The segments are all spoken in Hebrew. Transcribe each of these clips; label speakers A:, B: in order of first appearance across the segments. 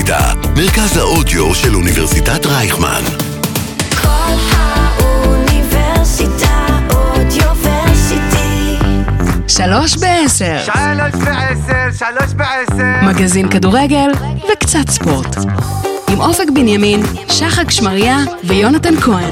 A: האוניברסיטה, מרכז האודיו של אוניברסיטת רייכמן.
B: כל האוניברסיטה אודיוורסיטי.
C: 3 ב-10.
D: 3 ב-10.
C: מגזין כדורגל וקצת ספורט. עם אופק בנימין, שחק שמריה ויונתן כהן.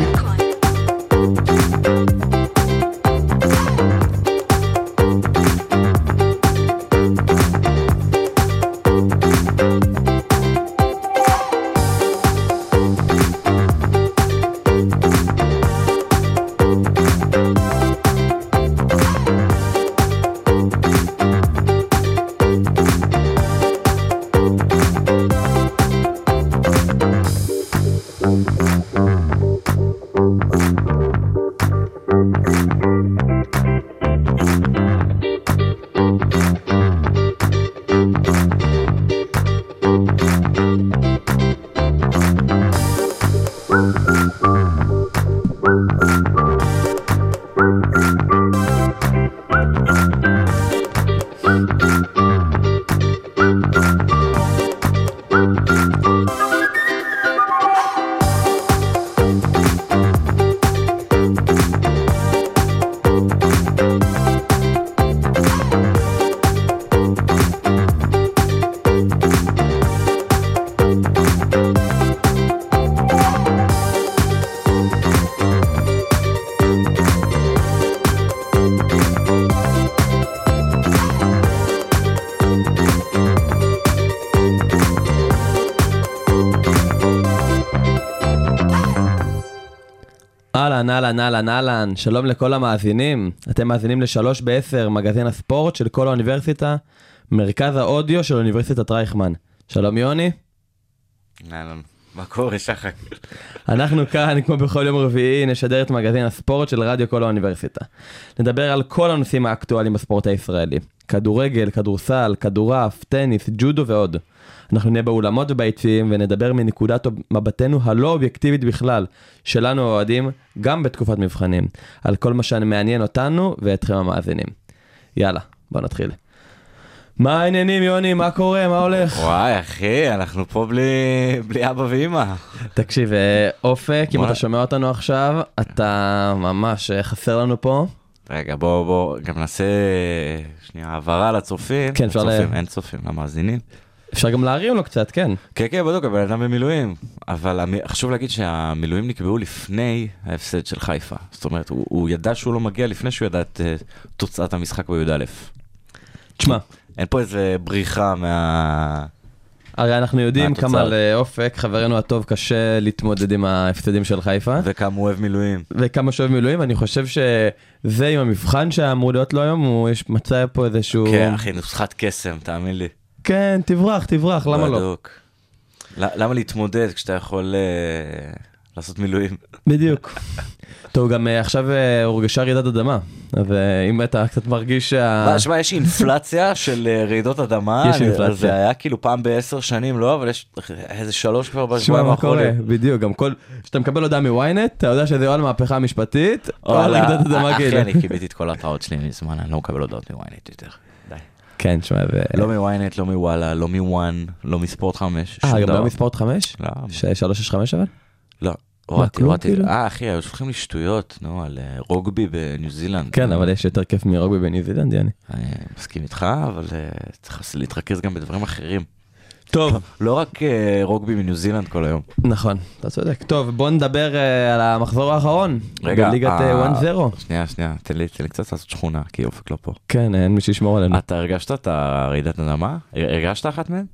E: אהלן, שלום לכל המאזינים. אתם מאזינים ל3 ב-10, מגזין הספורט של כל האוניברסיטה, מרכז האודיו של אוניברסיטת רייכמן. שלום יוני.
F: אהלן, מה קורה שחק?
E: אנחנו כאן, כמו בכל יום רביעי, נשדר את מגזין הספורט של רדיו כל האוניברסיטה. נדבר על כל הנושאים האקטואליים בספורט הישראלי. כדורגל, כדורסל, כדורעף, טניס, ג'ודו ועוד. אנחנו נהיה באולמות וביציעים ונדבר מנקודת מבטנו הלא אובייקטיבית בכלל, שלנו האוהדים, גם בתקופת מבחנים, על כל מה שמעניין אותנו ואתכם המאזינים. יאללה, בוא נתחיל. מה העניינים יוני? מה קורה? מה הולך?
F: וואי אחי, אנחנו פה בלי אבא ואמא.
E: תקשיב, אופק, אם אתה שומע אותנו עכשיו, אתה ממש חסר לנו פה.
F: רגע, בוא גם נעשה שנייה העברה לצופים.
E: כן, אפשר
F: אין צופים, למאזינים.
E: אפשר גם להרים לו קצת, כן.
F: כן, בדיוק, אבל אדם במילואים. אבל חשוב להגיד שהמילואים נקבעו לפני ההפסד של חיפה. זאת אומרת, הוא ידע שהוא לא מגיע לפני שהוא ידע את תוצאת המשחק בי"א.
E: תשמע,
F: אין פה איזה בריחה
E: הרי אנחנו יודעים כמה לאופק, חברנו הטוב, קשה להתמודד עם ההפסדים של חיפה.
F: וכמה הוא אוהב מילואים.
E: אני חושב שזה עם המבחן שאמור להיות לו היום, הוא מצא פה איזשהו...
F: כן, אחי, נוסחת קסם, תאמין לי.
E: כן, תברח, למה לא?
F: בדיוק. למה להתמודד כשאתה יכול לעשות מילואים?
E: בדיוק. טוב, גם עכשיו הורגשה רעידת אדמה, אז אם אתה קצת מרגיש
F: שמע, יש אינפלציה של רעידות אדמה.
E: יש אינפלציה.
F: זה היה כאילו פעם ב10 שנים, לא? אבל יש איזה 3 כבר בשבועיים האחרונים.
E: בדיוק, גם כשאתה מקבל הודעה מוויינט, אתה יודע שזה או על מהפכה משפטית, או על רעידת אדמה כאילו.
F: אחי, אני קיבלתי את כל ההתראות שלי מזמן, אני לא מקבל הודעות מוויינט יותר. די.
E: כן, תשמע,
F: לא מוויינט, לא מוואלה, לא מוואן, לא מספורט 5.
E: גם לא מספורט 5?
F: לא.
E: 365 אבל?
F: לא. הורדתי. אחי, היו שולחים לי שטויות, על רוגבי בניו זילנד.
E: כן, אבל יש יותר כיף מרוגבי בניו זילנד, יאני.
F: אני מסכים איתך, אבל צריך להתרכז גם בדברים אחרים.
E: טוב.
F: לא רק רוגבי מניו זילנד כל היום.
E: נכון, אתה צודק. טוב, בוא נדבר על המחזור האחרון.
F: רגע.
E: בליגת 1-0.
F: שנייה, תן לי קצת לעשות שכונה, כי אופק לא פה.
E: כן, אין מי שישמור עלינו.
F: אתה הרגשת את הרעידת אדמה? הרגשת אחת מהן?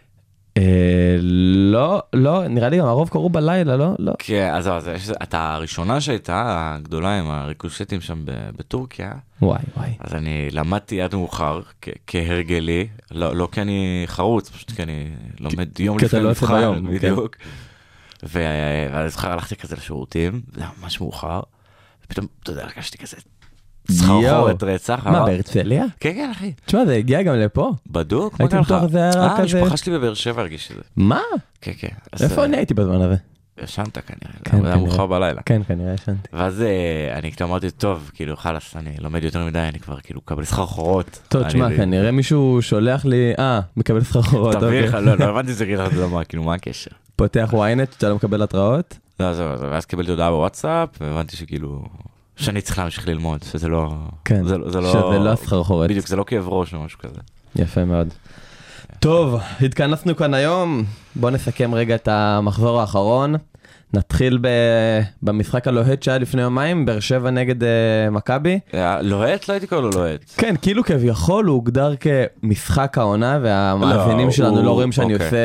E: לא, נראה לי גם הרוב קראו בלילה, לא?
F: כן, אז אתה הראשונה שהייתה, הגדולה עם הריקושטים שם בטורקיה.
E: וואי.
F: אז אני למדתי עד מאוחר, כהרגלי, לא כי אני חרוץ, פשוט כי אני לומד יום לפני מבחן, בדיוק. ואני זוכר, הלכתי כזה לשירותים, זה היה ממש מאוחר, ופתאום, אתה יודע, הרגשתי כזה סחרחורת רצח.
E: מה, בהרצליה?
F: כן, אחי.
E: תשמע, זה הגיע גם לפה.
F: בדוק,
E: הייתי בטוח זה היה רק כזה.
F: המשפחה שלי בבאר שבע הרגיש את זה.
E: מה?
F: כן.
E: איפה אני הייתי בזמן הזה?
F: ישנת כנראה,
E: כן,
F: זה היה מאוחר בלילה.
E: כן, כנראה ישנתי.
F: ואז אני אמרתי, טוב, כאילו, חלס, אני לומד יותר מדי, אני כבר כאילו מקבל סחרחורות.
E: טוב, תשמע, כנראה מישהו שולח לי, מקבל סחרחורות,
F: תביא לך, לא הבנתי שזה כאילו, מה הקשר?
E: פותח ynet, שאתה לא מקבל התראות?
F: לא, זהו, ואז קיבלתי הודעה בוואטסאפ, והבנתי שכאילו, שאני צריך להמשיך ללמוד, שזה לא...
E: כן, שזה לא הסחרחורת.
F: בדיוק, זה לא כאב ראש או משהו כזה.
E: יפה מאוד. טוב, התכנסנו כאן היום, בוא נסכם רגע את המחזור האחרון. נתחיל במשחק הלוהט שהיה לפני יומיים, באר שבע נגד מכבי.
F: לוהט? לא הייתי קורא לו לוהט.
E: כן, כאילו כביכול הוא הוגדר כמשחק העונה, והמאזינים שלנו לא רואים שאני עושה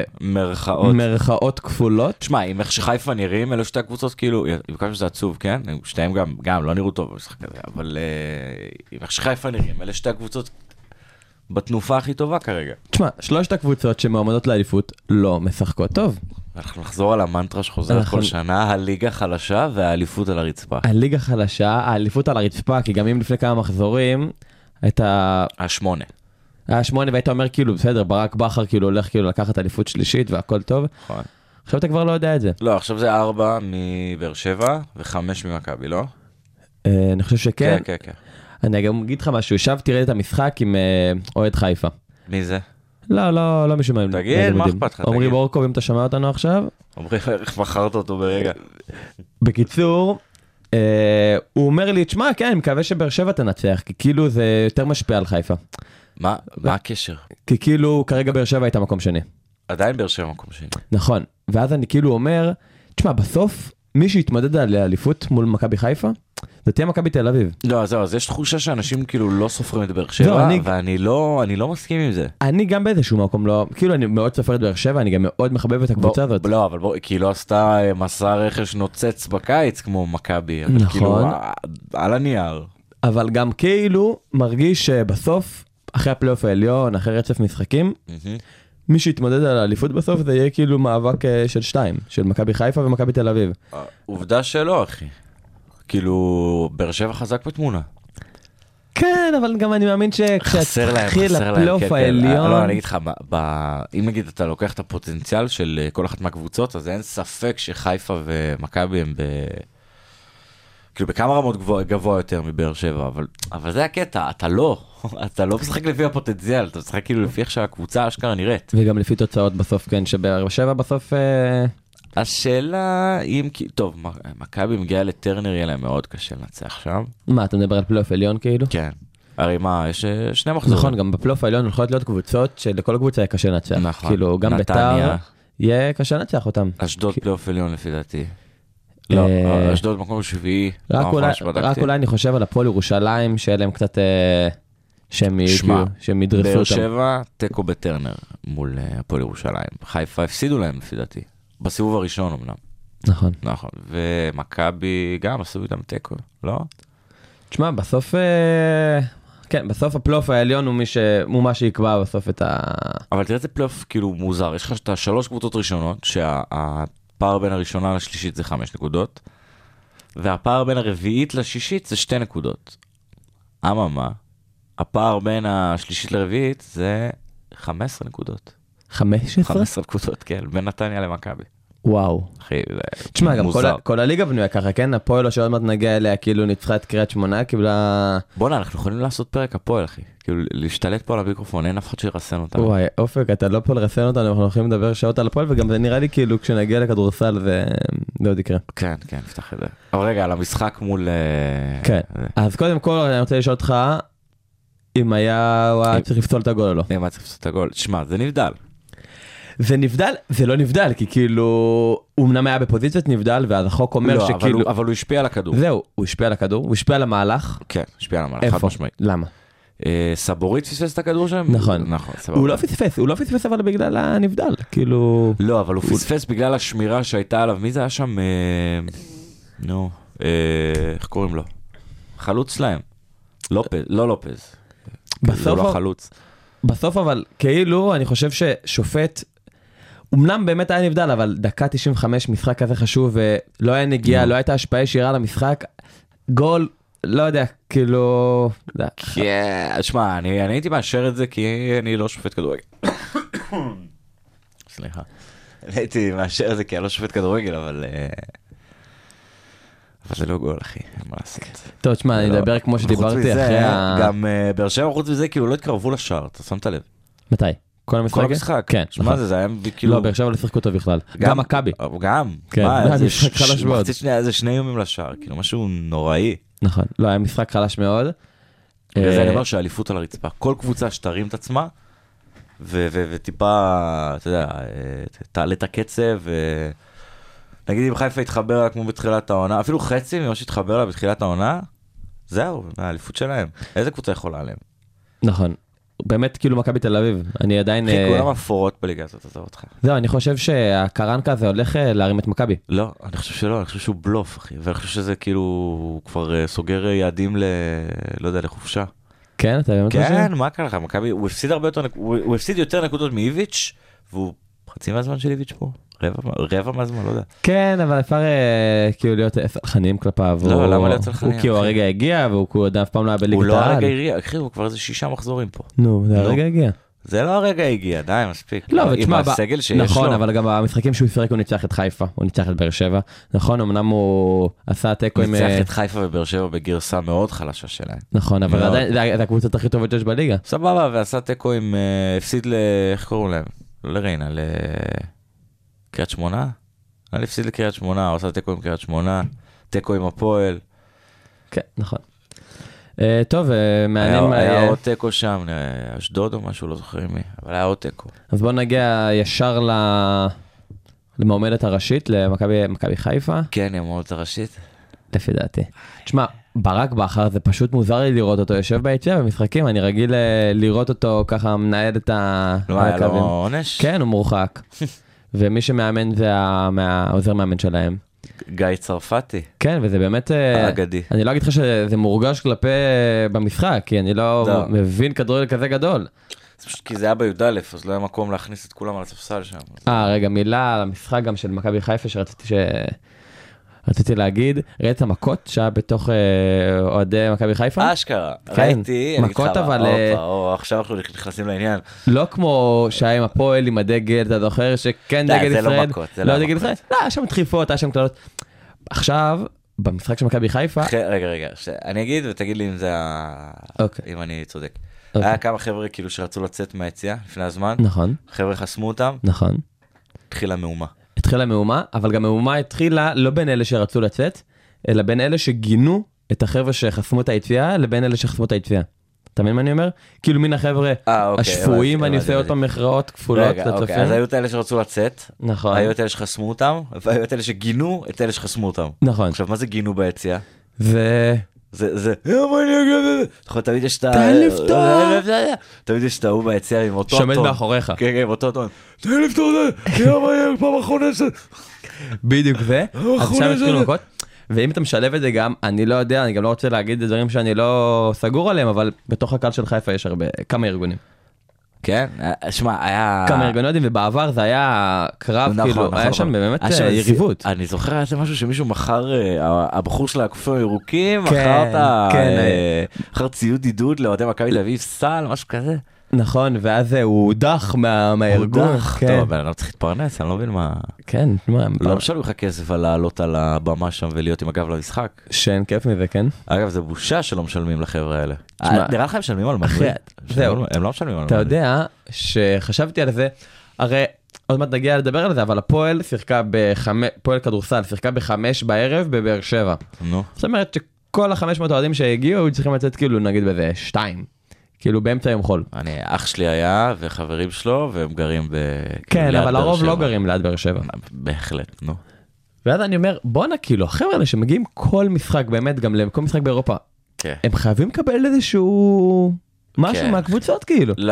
E: מרכאות כפולות.
F: תשמע, אם איך שחיפה נראים, אלו שתי הקבוצות כאילו, בקודם שזה עצוב, כן? שתיהם גם לא נראו טוב במשחק הזה, אבל אם איך שחיפה נראים, אלה שתי הקבוצות בתנופה הכי טובה כרגע.
E: תשמע, שלושת הקבוצות שמועמדות לאליפות לא משחקות טוב.
F: אנחנו נחזור על המנטרה שחוזרת כל שנה, הליגה חלשה והאליפות על הרצפה.
E: הליגה חלשה, האליפות על הרצפה, כי גם אם לפני כמה מחזורים, הייתה...
F: השמונה
E: והיית אומר כאילו, בסדר, ברק בכר כאילו הולך כאילו לקחת אליפות שלישית והכל טוב.
F: נכון.
E: עכשיו אתה כבר לא יודע את זה.
F: לא, עכשיו זה 4 מבאר שבע ו5 ממכבי, לא?
E: אני חושב שכן.
F: כן, כן.
E: אני גם אגיד לך משהו, ישב תראה את המשחק עם אוהד חיפה.
F: מי זה?
E: לא מישהו מהם.
F: תגיד, מה אכפת לך?
E: עומרי בורקוב, אם אתה שומע אותנו עכשיו.
F: עומרי, איך בחרת אותו ברגע?
E: בקיצור, הוא אומר לי, תשמע, כן, אני מקווה שבאר שבע תנצח, כי כאילו זה יותר משפיע על חיפה.
F: מה הקשר?
E: כי כאילו כרגע באר שבע הייתה מקום שני.
F: עדיין באר שבע מקום שני.
E: נכון, ואז אני כאילו אומר, תשמע, בסוף מי שהתמודד על האליפות מול מכבי חיפה, זה תהיה מכבי תל אביב.
F: לא, זהו, אז יש תחושה שאנשים כאילו לא סופרים את באר שבע, ואני לא מסכים עם זה.
E: אני גם באיזשהו מקום לא, כאילו אני מאוד סופר את באר שבע, אני גם מאוד מחבב את הקבוצה הזאת.
F: לא, אבל בוא, כי לא עשתה מסע רכש נוצץ בקיץ כמו מכבי.
E: נכון.
F: כאילו, על הנייר.
E: אבל גם כאילו מרגיש שבסוף, אחרי הפלייאוף העליון, אחרי רצף משחקים, מי שיתמודד על האליפות בסוף, זה יהיה כאילו מאבק של שתיים, של מכבי חיפה ומכבי תל אביב.
F: עובדה שלא, אחי. כאילו, באר שבע חזק בתמונה.
E: כן, אבל גם אני מאמין שכשתתחיל הפלייאוף העליון...
F: לא, אני אגיד לך, אם נגיד אתה לוקח את הפוטנציאל של כל אחת מהקבוצות, אז אין ספק שחיפה ומכבי הם כאילו בכמה רמות גבוה יותר מבאר שבע, אבל זה הקטע, אתה לא משחק לפי הפוטנציאל, אתה משחק כאילו לפי איך שהקבוצה אשכרה נראית.
E: וגם לפי תוצאות בסוף, כן, שבאר שבע בסוף...
F: השאלה אם, טוב, מכבי מגיעה לטרנר, יהיה להם מאוד קשה לנצח שם.
E: מה, אתה מדבר על פלייאוף עליון כאילו?
F: כן. הרי מה, יש שני מחזורים.
E: נכון, גם בפלייאוף העליון הולכות להיות קבוצות שלכל קבוצה יהיה קשה לנצח.
F: נכון.
E: כאילו, גם ביתר יהיה קשה לנצח אותם.
F: אשדוד פלייאוף עליון לפי דעתי. לא, אשדוד מקום שביעי.
E: רק אולי אני חושב על הפועל ירושלים, שיהיה להם קצת שהם ידרסו אותם.
F: באר שבע, תיקו בטרנר מול הפועל ירושלים. חיפה הפסידו להם לפי דעתי. בסיבוב הראשון אמנם.
E: נכון.
F: נכון. ומכבי גם עשו איתם תיקו, לא?
E: תשמע, בסוף... כן, בסוף הפלייאוף העליון הוא מה שיקבע בסוף את ה...
F: אבל תראה את זה פלייאוף כאילו מוזר. יש לך את השלוש קבוצות ראשונות, שהפער בין הראשונה לשלישית זה 5 נקודות, והפער בין הרביעית לשישית זה 2 נקודות. אממה, הפער בין השלישית לרביעית זה 15 נקודות. 15 נקודות, כן, בין נתניה למכבי.
E: וואו.
F: אחי,
E: תשמע, גם כל הליגה בנויה ככה, כן? הפועל שעוד מעט נגיע אליה, כאילו ניצחה את קריית שמונה, קיבלה...
F: בוא'נה, אנחנו יכולים לעשות פרק הפועל, אחי. כאילו, להשתלט פה על המיקרופון, אין אף אחד שירסן אותנו.
E: וואי, אופק, אתה לא פה לרסן אותנו, אנחנו הולכים לדבר שעות על הפועל, וגם זה נראה לי כאילו, כשנגיע לכדורסל, זה עוד יקרה.
F: כן, כן, נפתח את זה. אבל רגע, על המשחק מול...
E: כן. אז קודם כל, אני רוצה לשאול אותך, אם היה צריך לפסול את הגול או לא.
F: אם היה צריך לפסול את הגול. תשמע, זה נבדל.
E: זה נבדל, זה לא נבדל, כי כאילו, הוא אמנם היה בפוזיציית נבדל, ואז החוק אומר שכאילו...
F: אבל הוא השפיע על הכדור.
E: זהו, הוא השפיע על הכדור, הוא השפיע על המהלך.
F: כן, השפיע על המהלך, חד משמעית.
E: למה?
F: סבורית פספס את הכדור שם?
E: נכון. הוא לא פספס אבל בגלל הנבדל, כאילו...
F: לא, אבל הוא פספס בגלל השמירה שהייתה עליו. מי זה היה שם? נו, איך קוראים לו? חלוץ להם. לופז, לא לופז.
E: בסוף אבל, כאילו, אני חושב ששופט... אמנם באמת היה נבדל, אבל דקה 95 משחק כזה חשוב, ולא היה נגיעה, לא הייתה השפעה ישירה למשחק, גול, לא יודע, כאילו...
F: כן, שמע, אני הייתי מאשר את זה, כי אני לא שופט כדורגל. סליחה. הייתי מאשר את זה, כי אני לא שופט כדורגל, אבל זה לא גול, אחי, אין מה לעשות.
E: טוב, תשמע, אני אדבר כמו שדיברתי אחרי
F: גם באר שבע חוץ מזה, כאילו לא התקרבו לשער, אתה שמת לב?
E: מתי? כל המשחק?
F: כל המשחק.
E: כן.
F: שמע, זה היה כאילו...
E: לא, באר שבע לא שיחקו אותו בכלל. גם מכבי.
F: גם.
E: כן, היה משחק חלש מאוד.
F: מחצית שנייה, איזה 2 איומים לשער, כאילו משהו נוראי.
E: נכון, לא, היה משחק חלש מאוד.
F: וזה אני אומר שהאליפות על הרצפה. כל קבוצה שתרים את עצמה, וטיפה, אתה יודע, תעלה את הקצב, נגיד אם חיפה התחבר לה כמו בתחילת העונה, אפילו חצי ממה שהתחבר לה בתחילת העונה, זהו, האליפות שלהם. איזה קבוצה יכולה עליהם?
E: נכון. באמת כאילו מכבי תל אביב, אני עדיין...
F: אחי, כולם אפורות בליגה הזאת, עזוב אותך.
E: זהו, אני חושב שהקרנקה הזה הולך להרים את מכבי.
F: לא, אני חושב שלא, אני חושב שהוא בלוף, אחי, ואני חושב שזה כאילו, הוא כבר סוגר יעדים לא יודע, לחופשה.
E: כן, אתה באמת חושב?
F: כן, מה קרה לך? מכבי, הוא הפסיד יותר נקודות מאיביץ', והוא חצי מהזמן של איביץ' פה. רבע מהזמן, לא יודע.
E: כן, אבל אפשר כאילו להיות סלחניים כלפיו.
F: לא, למה להיות סלחניים?
E: הוא כאילו הרגע הגיע, והוא אף פעם לא היה בליגת העל.
F: הוא לא הרגע הגיע, אחי, הוא כבר איזה 6 מחזורים פה.
E: נו, זה הרגע הגיע.
F: זה לא הרגע הגיע, די, מספיק.
E: לא, ותשמע,
F: עם הסגל שיש לו.
E: נכון, אבל גם במשחקים שהוא יפרק הוא ניצח את חיפה, הוא ניצח את באר שבע. נכון, אמנם הוא עשה תיקו עם...
F: ניצח את חיפה ובאר שבע בגרסה מאוד חלשה שלהם.
E: נכון, אבל עדיין זה הקבוצות הכי טובות שיש בליגה.
F: סבבה, ועשה תיקו עם... הפסיד איך קוראים להם? לא לריינה, לקריית שמונה? אני הפסיד לקריית שמונה, הוא עשה תיקו עם קריית שמונה, תיקו עם הפועל.
E: כן, נכון. טוב, מעניין מה
F: היה עוד תיקו שם, אשדוד או משהו, לא זוכרים מי, אבל היה עוד תיקו.
E: אז בואו נגיע ישר למועמדת הראשית, למכבי חיפה.
F: כן, היא המועמדת הראשית.
E: לפי דעתי. תשמע, ברק בכר, זה פשוט מוזר לי לראות אותו יושב ביציע במשחקים, אני רגיל לראות אותו ככה מנהל את
F: לא היה לו עונש?
E: כן, הוא מורחק. ומי שמאמן זה העוזר מאמן שלהם.
F: גיא צרפתי.
E: כן, וזה באמת...
F: אגדי.
E: אני לא אגיד לך שזה מורגש כלפי במשחק, כי אני לא מבין כדורגל כזה גדול.
F: זה פשוט כי זה היה בי"א, אז לא היה מקום להכניס את כולם על הספסל שם.
E: רגע, מילה על המשחק גם של מכבי חיפה שרציתי להגיד, ראית את המכות שהיה בתוך אוהדי מכבי חיפה?
F: אשכרה,
E: כן,
F: ראיתי,
E: מכות אבל...
F: עכשיו אנחנו נכנסים לעניין.
E: לא כמו שהיה עם הפועל, עם הדגל, אתה זוכר שכן דגל ישראל?
F: זה לא מכות, זה לא
E: דגל ישראל? לא, היה שם דחיפות, היה שם קללות. עכשיו, במשחק של מכבי חיפה...
F: רגע, אני אגיד ותגיד לי אם זה אם אני צודק. היה כמה חבר'ה כאילו שרצו לצאת מהיציאה לפני הזמן.
E: נכון.
F: חבר'ה חסמו אותם.
E: נכון.
F: התחילה מהומה.
E: התחילה מהומה, אבל גם מהומה התחילה לא בין אלה שרצו לצאת, אלא בין אלה שגינו את החבר'ה שחסמו את היציאה, לבין אלה שחסמו את היציאה. אתה מבין מה אני אומר? כאילו מן החבר'ה השפויים, ואני עושה עוד פעם מכרעות כפולות לצופים.
F: אז היו את אלה שרצו לצאת,
E: נכון.
F: היו את אלה שחסמו אותם, והיו את אלה שגינו את אלה שחסמו אותם.
E: נכון.
F: עכשיו, מה זה גינו ביציאה?
E: זה...
F: נכון, תמיד יש את ה...
E: תן לפתור!
F: תמיד יש את ההוא ביציאה עם אותו טון.
E: שומד מאחוריך.
F: כן, עם אותו טון. תן לפתור זה! פעם אחרונה זה!
E: בדיוק זה. אז שם התחילו מכות. ואם אתה משלב את זה גם, אני לא יודע, אני גם לא רוצה להגיד דברים שאני לא סגור עליהם, אבל בתוך הקהל של חיפה יש כמה ארגונים.
F: כן? שמע, היה...
E: כמה ארגונים, ובעבר זה היה קרב, כאילו, היה שם באמת יריבות.
F: אני זוכר, היה זה משהו שמישהו מכר, הבחור של הכופים הירוקים, מכר ציוד עידוד לאוהדי מכבי תל אביב, סל, משהו כזה.
E: נכון, ואז הוא הודח מהארגון.
F: הודח, טוב, אני לא צריך להתפרנס, אני לא מבין מה...
E: כן,
F: לא משלם לך כסף על לעלות על הבמה שם ולהיות עם הגב למשחק.
E: שאין כיף מזה, כן?
F: אגב, זה בושה שלא משלמים לחבר'ה האלה. נראה לך הם משלמים על מנוי?
E: זהו.
F: הם לא משלמים על מנוי.
E: אתה יודע שחשבתי על זה, הרי עוד מעט נגיע לדבר על זה, אבל הפועל שיחקה פועל כדורסל, שיחקה ב5 בערב בבאר שבע.
F: נו.
E: זאת אומרת שכל ה500 אוהדים שהגיעו, צריכים לצאת כאילו נגיד בזה 2. כאילו באמצע יום חול.
F: אח שלי היה וחברים שלו והם גרים
E: כן, אבל הרוב לא גרים ליד באר שבע.
F: בהחלט, נו.
E: ואז אני אומר, בואנה, כאילו, החבר'ה האלה שמגיעים כל משחק, באמת, גם לכל משחק באירופה, הם חייבים לקבל איזשהו משהו מהקבוצות, כאילו.
F: לא,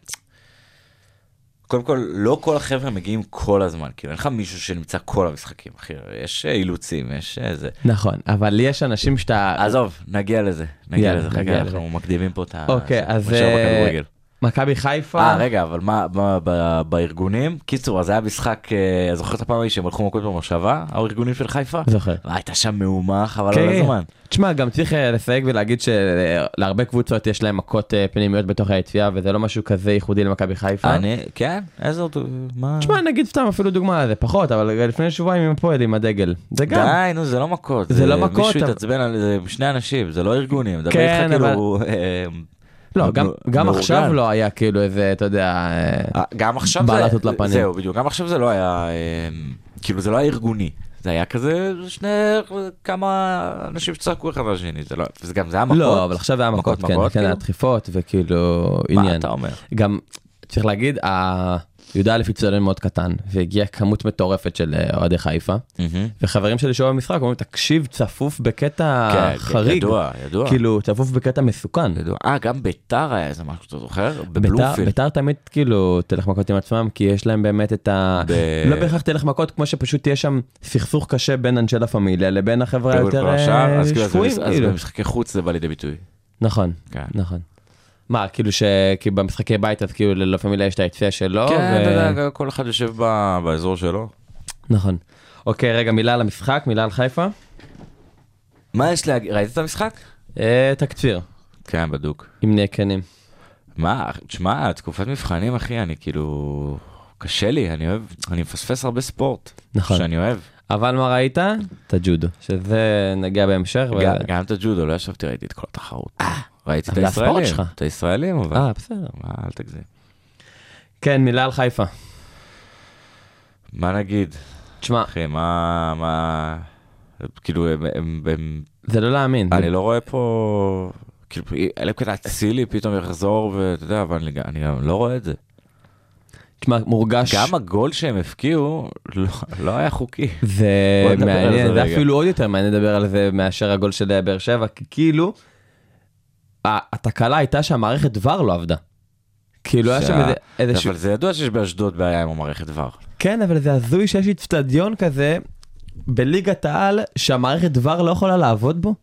F: קודם כל, לא כל החבר'ה מגיעים כל הזמן, כאילו, אין לך מישהו שנמצא כל המשחקים, אחי, יש אילוצים, יש איזה...
E: נכון, אבל יש אנשים שאתה...
F: עזוב, נגיע לזה, אנחנו מקדימים פה את ה...
E: אוקיי, אז... מכבי חיפה.
F: רגע, אבל מה בארגונים? קיצור, אז היה משחק, זוכר את הפעם שהם הלכו מכות במושבה, הארגונים של חיפה?
E: זוכר.
F: הייתה שם מהומך, אבל על הזמן.
E: תשמע, גם צריך לסייג ולהגיד שלהרבה קבוצות יש להם מכות פנימיות בתוך היציאה, וזה לא משהו כזה ייחודי למכבי חיפה.
F: כן? איזה עוד...
E: תשמע, נגיד סתם אפילו דוגמה, זה פחות, אבל לפני שבועיים עם הפועל עם הדגל. זה גם.
F: די, נו, זה לא מכות.
E: זה לא מכות.
F: מישהו התעצבן על זה, שני אנשים, זה לא ארגונים. דבר איתך כאילו...
E: לא, גם עכשיו לא היה כאילו איזה, אתה יודע,
F: גם עכשיו
E: בלטות לפנים.
F: זהו, בדיוק, גם עכשיו זה לא היה, כאילו זה לא היה ארגוני. זה היה כזה כמה אנשים שצעקו אחד על השני, זה גם, זה היה מכות.
E: לא, אבל עכשיו היה מכות, כן, היה דחיפות וכאילו עניין.
F: מה אתה אומר?
E: גם, צריך להגיד, יהודה לפי צדן מאוד קטן, והגיעה כמות מטורפת של אוהדי חיפה, וחברים שלי שואו במשחק, אומרים, תקשיב, צפוף בקטע חריג.
F: ידוע.
E: כאילו, צפוף בקטע מסוכן.
F: גם ביתר היה איזה משהו, אתה זוכר? בבלומפילד.
E: ביתר תמיד כאילו תלך מכות עם עצמם, כי יש להם באמת את ה... לא בהכרח תלך מכות, כמו שפשוט תהיה שם סכסוך קשה בין אנשי לה פמיליה, לבין החברה יותר שפויים.
F: אז במשחקי חוץ זה בא לידי ביטוי.
E: נכון, נכון. מה, כאילו שבמשחקי בית אז כאילו ללה פמיליה יש את היציאה שלו?
F: כן, אתה יודע, כל אחד יושב באזור שלו.
E: נכון. אוקיי, רגע, מילה על המשחק, מילה על חיפה.
F: מה יש להגיד? ראית את המשחק?
E: תקציר.
F: כן, בדוק.
E: אם נהיה כנים.
F: מה, תשמע, תקופת מבחנים, אחי, אני כאילו... קשה לי, אני אוהב, אני מפספס הרבה ספורט. נכון. שאני אוהב.
E: אבל מה ראית? את הג'ודו, שזה נגיע בהמשך.
F: גם את הג'ודו, לא ישבתי, ראיתי את כל התחרות. ראיתי את הישראלים. את הישראלים, אבל...
E: בסדר.
F: אל תגזים.
E: כן, מילה על חיפה.
F: מה נגיד?
E: תשמע.
F: אחי, מה... כאילו,
E: זה לא להאמין.
F: אני לא רואה פה... כאילו, אלא כדי אצילי פתאום יחזור, ואתה יודע, אבל אני גם לא רואה את זה.
E: תשמע, מורגש...
F: גם הגול שהם הפקיעו לא היה חוקי.
E: זה מעניין, זה אפילו עוד יותר מעניין לדבר על זה מאשר הגול של באר שבע, כי כאילו, התקלה הייתה שהמערכת דבר לא עבדה. כאילו היה שם איזה...
F: אבל זה ידוע שיש באשדוד בעיה עם המערכת דבר.
E: כן, אבל זה הזוי שיש אצטדיון כזה, בליגת העל, שהמערכת דבר לא יכולה לעבוד בו.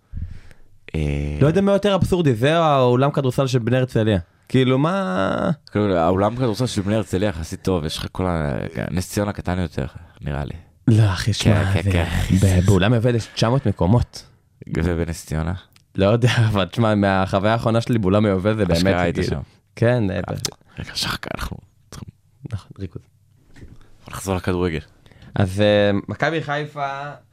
E: לא יודע מה יותר אבסורדי, זה העולם כדורסל של בני הרצליה. כאילו מה...
F: העולם כדורסל של בני הרצליה יחסית טוב, יש לך כל נס ציונה קטן יותר, נראה לי.
E: לא, אחי, שמע, באולם עובד יש 900 מקומות.
F: ובנס ציונה?
E: לא יודע, אבל תשמע, מהחוויה האחרונה שלי באולם עובד זה באמת...
F: אשכרה היית שם.
E: כן.
F: רגע, שחקה, אנחנו...
E: נכון, ריקוד.
F: נחזור לכדורגל.
E: אז מכבי חיפה...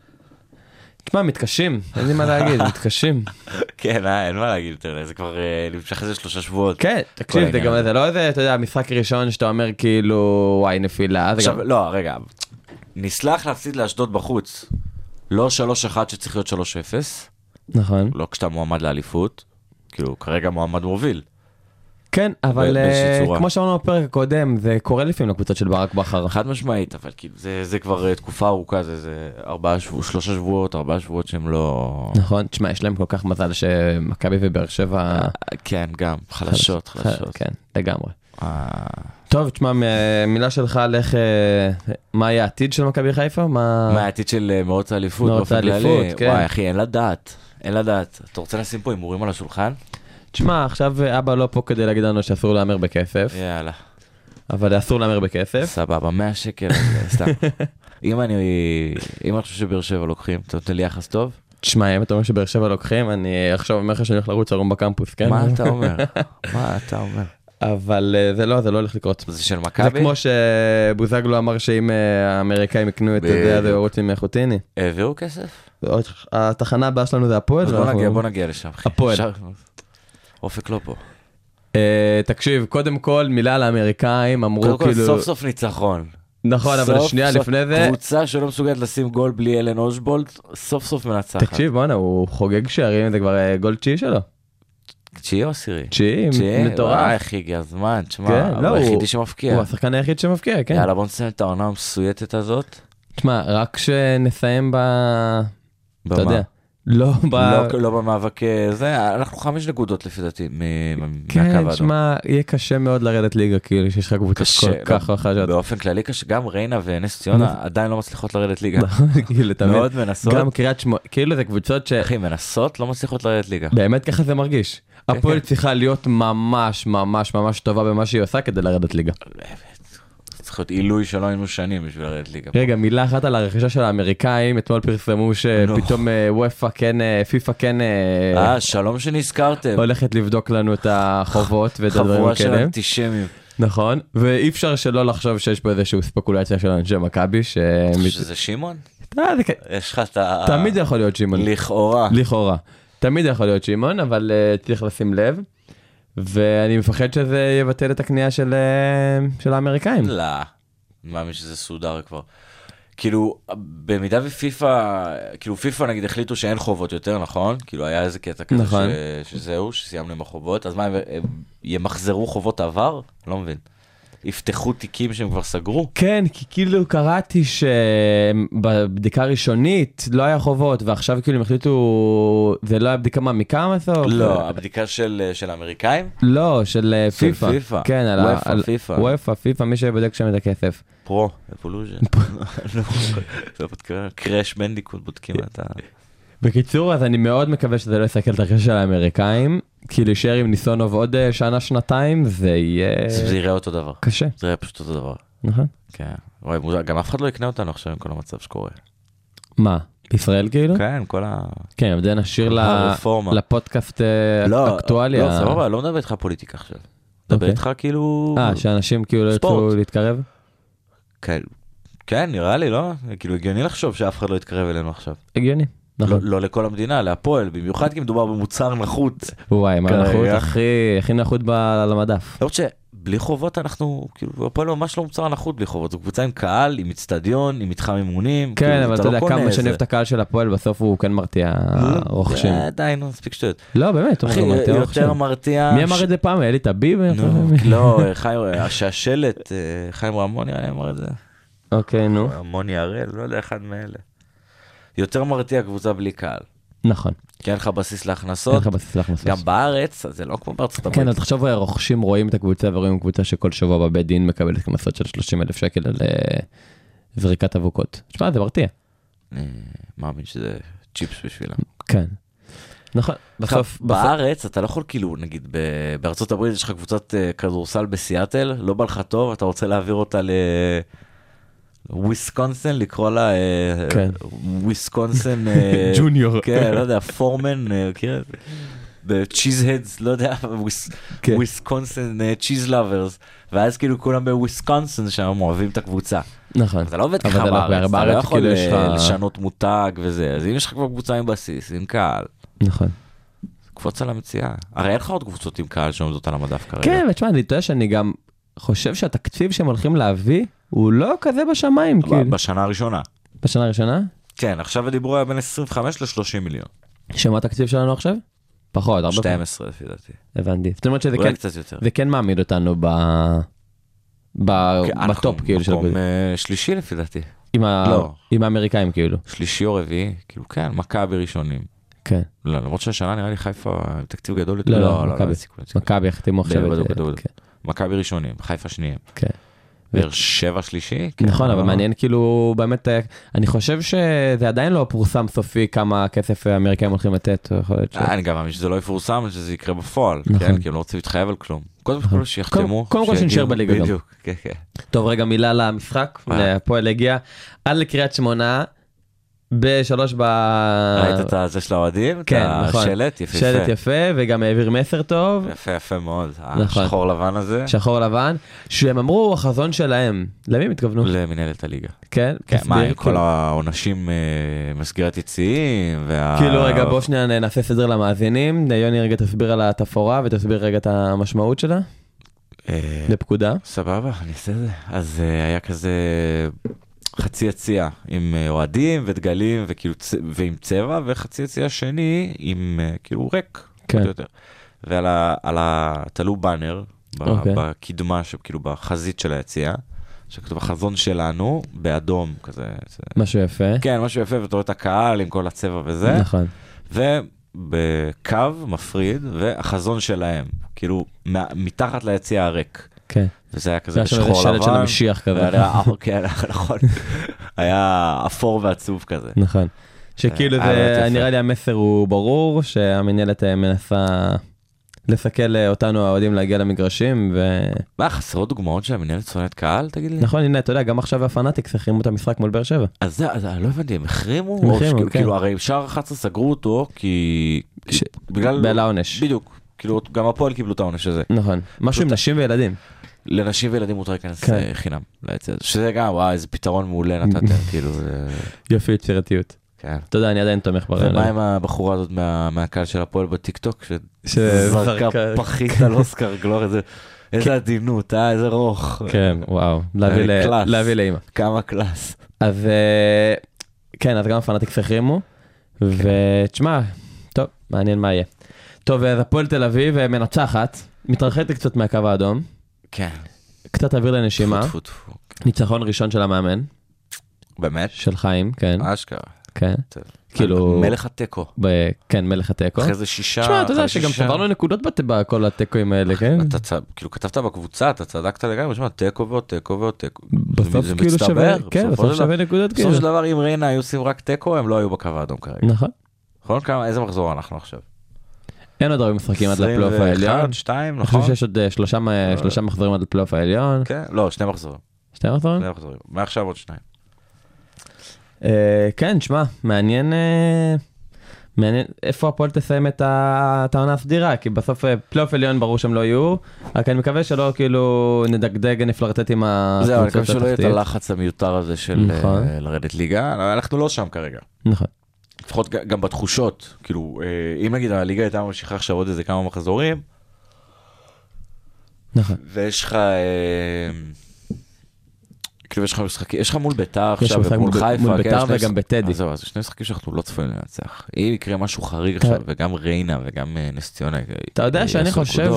E: תשמע, מתקשים, אין לי מה להגיד, מתקשים.
F: כן, אין מה להגיד יותר, זה כבר נמשך איזה 3 שבועות.
E: כן, תקשיב, זה לא איזה, אתה יודע, משחק ראשון שאתה אומר כאילו, וואי, נפילה.
F: לא, רגע, נסלח להפסיד לאשדוד בחוץ, לא 3-1 שצריך להיות 3-0.
E: נכון.
F: לא כשאתה מועמד לאליפות, כאילו, כרגע מועמד מוביל.
E: כן, אבל כמו שאמרנו בפרק הקודם, זה קורה לפעמים לקבוצות של ברק בכר.
F: חד משמעית, אבל כאילו, זה כבר תקופה ארוכה, זה 3 שבועות, 4 שבועות שהם לא...
E: נכון, תשמע, יש להם כל כך מזל שמכבי ובאר שבע...
F: כן, גם, חלשות.
E: כן, לגמרי. טוב, תשמע, מילה שלך על איך... מה היה העתיד של מכבי חיפה? מה
F: העתיד של מרוץ האליפות באופן כללי? וואי, אחי, אין לדעת. אתה רוצה לשים פה הימורים על השולחן?
E: תשמע, עכשיו אבא לא פה כדי להגיד לנו שאסור להמר בכסף.
F: יאללה.
E: אבל אסור להמר בכסף.
F: סבבה, 100 שקל, סתם. אם אני חושב שבאר שבע לוקחים, אתה נותן לי יחס טוב?
E: תשמע, אם אתה אומר שבאר שבע לוקחים, אני עכשיו אומר לך שאני הולך לרוץ ערום בקמפוס, כן?
F: מה אתה אומר?
E: אבל זה לא הולך לקרות.
F: זה של מכבי?
E: זה כמו שבוזגלו אמר שאם האמריקאים יקנו את זה, אז הוא רוצים חוטיני.
F: העבירו כסף?
E: התחנה הבאה שלנו זה הפועל.
F: בוא נגיע לשם.
E: הפועל.
F: אופק לא פה.
E: תקשיב, קודם כל מילה לאמריקאים, אמרו כאילו...
F: סוף סוף ניצחון.
E: נכון, אבל שנייה לפני זה...
F: קבוצה שלא מסוגלת לשים גול בלי אלן אושבולט, סוף סוף מנצחת.
E: תקשיב, בוא'נה, הוא חוגג שערים, זה כבר גול 9 שלו.
F: 9 או 10?
E: 9, מטורף.
F: וואי, אחי, הגיע הזמן, תשמע, הוא היחידי שמפקיע.
E: הוא השחקן היחיד שמפקיע, כן.
F: יאללה, בוא נסיים את העונה המסויטת הזאת.
E: תשמע, רק שנסיים אתה יודע, לא
F: לא במאבק זה, אנחנו 5 נקודות לפי דעתי מהקו
E: כן,
F: האדום.
E: שמה, יהיה קשה מאוד לרדת ליגה, כאילו שיש לך קבוצה כל כך חזקה.
F: באופן כללי קשה, גם ריינה ונס ציונה עדיין לא מצליחות לרדת ליגה.
E: כאילו, תמיד.
F: מאוד מנסות.
E: גם קריית שמונה, כאילו זה קבוצות ש...
F: אחי, מנסות, לא מצליחות לרדת ליגה.
E: באמת ככה זה מרגיש. הפועל צריכה להיות ממש ממש ממש טובה במה שהיא עושה כדי לרדת ליגה.
F: צריך להיות עילוי שלא היינו שנים בשביל לרדת ליגה.
E: רגע, מילה אחת על הרכישה של האמריקאים, אתמול פרסמו שפתאום וופא כן, פיפא כן...
F: שלום שנזכרתם.
E: הולכת לבדוק לנו את החובות ואת הדברים
F: חבורה של
E: כאלה.
F: אנטישמים.
E: נכון, ואי אפשר שלא לחשוב שיש פה איזושהי ספקולציה של אנשי מכבי.
F: שזה שמעון? יש לך את ה...
E: תמיד יכול להיות שמעון. לכאורה. תמיד יכול להיות שמעון, אבל צריך לשים לב. ואני מפחד שזה יבטל את הקנייה של האמריקאים.
F: לא, אני מאמין שזה סודר כבר. כאילו, במידה ופיפא, כאילו פיפא נגיד החליטו שאין חובות יותר, נכון? כאילו היה איזה קטע כזה
E: נכון.
F: שזהו, שסיימנו עם החובות, אז מה, הם ימחזרו חובות עבר? לא מבין. יפתחו תיקים שהם כבר סגרו?
E: כן, כי כאילו קראתי שבבדיקה ראשונית לא היה חובות, ועכשיו כאילו הם החליטו, זה לא היה בדיקה מעמיקה מסוף?
F: לא, הבדיקה של האמריקאים?
E: לא, של פיפא.
F: של פיפא.
E: כן, על
F: פיפא.
E: וופא, פיפא, מי שבודק שם את הכסף.
F: פרו, אבולוז'ן. זה בודקה, קרש בנדיקוט בודקים את ה...
E: בקיצור, אז אני מאוד מקווה שזה לא יסכל את הרכש של האמריקאים, כי להישאר עם ניסונוב עוד שנה-שנתיים, זה יהיה...
F: זה יראה אותו דבר.
E: קשה.
F: זה יראה פשוט אותו דבר.
E: נכון.
F: כן. וואי, גם אף אחד לא יקנה אותנו עכשיו עם כל המצב שקורה.
E: מה? בישראל כאילו?
F: כן, כל ה...
E: כן, אבל נשאיר לפודקאסט אקטואלי.
F: לא, סבבה, לא מדבר איתך פוליטיקה עכשיו. מדבר איתך כאילו...
E: שאנשים כאילו לא יצאו להתקרב?
F: כן, נראה לי, לא? כאילו הגיוני לחשוב שאף אחד לא יתקרב אלינו עכשיו.
E: הגיוני.
F: לא לכל המדינה, להפועל, במיוחד כי מדובר במוצר נחות.
E: וואי, מה נחות? הכי נחות על המדף.
F: למרות שבלי חובות אנחנו, כאילו, הפועל ממש לא מוצר נחות בלי חובות. זו קבוצה עם קהל, עם אצטדיון, עם מתחם אימונים.
E: כן, אבל אתה יודע כמה שנב את הקהל של הפועל, בסוף הוא כן מרתיע רוכשים.
F: די, נו, מספיק שטויות.
E: לא, באמת, הוא מרתיע רוכשים.
F: יותר מרתיע...
E: מי אמר את זה פעם? אלי טביב?
F: לא, שהשלט, חיים רמון נראה לי אמר את זה.
E: אוקיי, נו.
F: רמוני הראל, לא יודע, אחד מאלה. יותר מרתיע קבוצה בלי קהל.
E: נכון.
F: כי אין לך בסיס להכנסות. גם בארץ, זה לא כמו בארצות הברית.
E: כן, אז עכשיו רוכשים רואים את הקבוצה ורואים קבוצה שכל שבוע בבית דין מקבלת קנסות של 30,000 שקל על זריקת אבוקות. תשמע, זה מרתיע.
F: מאמין שזה צ'יפס בשבילה.
E: כן. נכון.
F: בארץ אתה לא יכול כאילו, נגיד בארצות הברית יש לך קבוצת כדורסל בסיאטל, לא בא לך טוב, אתה רוצה להעביר אותה וויסקונסין, לקרוא לה וויסקונסין
E: ג'וניור.
F: כן, לא יודע, פורמן, בצ'יזהדס, לא יודע, וויסקונסין צ'יז לאברס, ואז כאילו כולם בוויסקונסין שם אוהבים את הקבוצה.
E: נכון.
F: אתה לא עובד ככה בארץ, אתה לא יכול לשנות מותג וזה, אז אם יש לך כבר קבוצה עם בסיס, עם קהל.
E: נכון.
F: קפוץ על המציאה. הרי אין לך עוד קבוצות עם קהל שעומדות על המדף כרגע.
E: כן, ותשמע, אני טועה שאני גם חושב שהתקציב שהם הולכים להביא, הוא לא כזה בשמיים, כאילו.
F: בשנה הראשונה.
E: בשנה הראשונה?
F: כן, עכשיו הדיבור היה בין 25 ל-30 מיליון.
E: שמה התקציב שלנו עכשיו? פחות, הרבה
F: 12 לפי דעתי.
E: הבנתי. זאת אומרת שזה
F: אולי קצת יותר.
E: זה כן מעמיד אותנו בטופ, כאילו.
F: אנחנו מקום שלישי לפי דעתי.
E: עם האמריקאים, כאילו.
F: שלישי או רביעי, כאילו כן, מכבי ראשונים.
E: כן.
F: לא, למרות שהשנה נראה לי חיפה תקציב גדול יותר.
E: לא, מכבי החתימו עכשיו.
F: מכבי ראשונים, חיפה שניים.
E: כן.
F: באר שבע שלישי.
E: נכון, אבל מעניין כאילו באמת, אני חושב שזה עדיין לא פורסם סופי כמה כסף האמריקאים הולכים לתת.
F: אני גם מאמין שזה לא יפורסם, שזה יקרה בפועל, כי הם לא רוצים להתחייב על כלום. קודם כל שיחתמו.
E: קודם כל שנשאר בליגה גם.
F: בדיוק, כן, כן.
E: טוב, רגע מילה למשחק, הפועל הגיע על קריית שמונה. בשלוש
F: ראית את זה של האוהדים?
E: כן, נכון.
F: השלט יפה.
E: שלט יפה, וגם העביר מסר טוב.
F: יפה, יפה מאוד. השחור לבן הזה.
E: שחור לבן, שהם אמרו החזון שלהם. למי הם התכוונו?
F: למנהלת הליגה.
E: כן?
F: כן, מה, עם כל העונשים מסגירת יציאים,
E: כאילו רגע, בוא שנייה נעשה סדר למאזינים. יוני רגע תסביר על התפאורה, ותסביר רגע את המשמעות שלה. לפקודה.
F: סבבה, אני אעשה את זה. אז היה כזה... חצי יציאה עם אוהדים ודגלים ועם צבע, וחצי יציאה שני עם כאילו ריק,
E: כן.
F: יותר. ועל תלו באנר בקדמה, כאילו בחזית של היציאה, שכתוב החזון שלנו באדום כזה.
E: משהו יפה.
F: כן, משהו יפה, ואתה רואה את הקהל עם כל הצבע וזה.
E: נכון.
F: ובקו מפריד, והחזון שלהם, כאילו, מתחת ליציע הריק.
E: כן.
F: וזה היה כזה
E: בשחור
F: לבן.
E: זה היה שלט של המשיח כזה.
F: כן, נכון. היה אפור ועצוב כזה.
E: נכון. שכאילו זה, נראה לי המסר הוא ברור, שהמנהלת מנסה לסכל אותנו האוהדים להגיע למגרשים,
F: מה, חסרות דוגמאות שהמנהלת שונאת קהל, תגיד לי?
E: נכון, הנה, אתה יודע, גם עכשיו הפנאטיקס החרימו את המשחק מול באר שבע.
F: אז זה, לא הבנתי, הם החרימו?
E: כן.
F: כאילו, הרי שער 11 סגרו אותו, כי...
E: בגלל העונש.
F: בדיוק. כאילו, גם הפועל קיבלו את העונש הזה.
E: נכון. משהו עם נשים וילדים.
F: לנשים וילדים מותר להיכנס חינם. שזה גם, וואי, איזה פתרון מעולה נתתם, כאילו.
E: יופי, יצירתיות.
F: כן.
E: אתה יודע, אני עדיין תומך ברעיון.
F: ומה עם הבחורה הזאת מהקהל של הפועל בטיקטוק, שזרקה פחית על אוסקר גלור, איזה עדינות, איזה רוך.
E: כן, וואו. להביא לאמא.
F: כמה קלאס.
E: אז כן, אז גם הפנאטיקס החרימו, ותשמע, טוב, מעניין מה יהיה. טוב, אז הפועל תל אביב מנצחת, מתרחקת קצת מהקו האדום.
F: כן.
E: קצת אוויר לנשימה. ניצחון ראשון של המאמן.
F: באמת?
E: של חיים, כן.
F: אשכרה.
E: כן. כאילו...
F: מלך הטקו.
E: כן, מלך הטקו.
F: אחרי זה 6...
E: תשמע, אתה יודע שגם שברנו נקודות בכל הטקואים האלה, כן?
F: כאילו כתבת בקבוצה, אתה צדקת לגמרי, תשמע, טקו ועוד טקו ועוד טקו.
E: בסוף כאילו שווה, כן, בסוף שווה נקודות כאילו.
F: בסוף של דבר, אם ריינה היו עושים רק טקו, הם לא היו בקו האדום כרגע.
E: נכון.
F: נכון? איזה מחזור אנחנו עכשיו?
E: אין עוד הרבה משחקים עד לפלייאוף העליון.
F: 21, 2, נכון?
E: אני חושב שיש עוד שלושה מחזורים עד לפלייאוף העליון.
F: כן, לא, 2 מחזורים.
E: 2 מחזורים?
F: 2 מחזורים. מעכשיו עוד 2.
E: כן, שמע, מעניין איפה הפועל תסיים את העונה הסדירה, כי בסוף פלייאוף עליון ברור שהם לא יהיו, רק אני מקווה שלא כאילו נדגדג, נפלרטט עם
F: זהו, אני מקווה שלא יהיה את הלחץ המיותר הזה של לרדת ליגה, אנחנו לא שם כרגע.
E: נכון.
F: לפחות גם בתחושות, כאילו, אם נגיד הליגה הייתה ממשיכה עכשיו עוד איזה כמה מחזורים,
E: נכון.
F: ויש לך, כאילו יש לך משחקים, יש לך מול ביתר עכשיו, ומול חיפה,
E: מול ביתר וגם בטדי.
F: זהו, אז שני משחקים שאנחנו לא צפויים לנצח. אם יקרה משהו חריג עכשיו, וגם ריינה וגם נס ציונה,
E: אתה יודע שאני חושב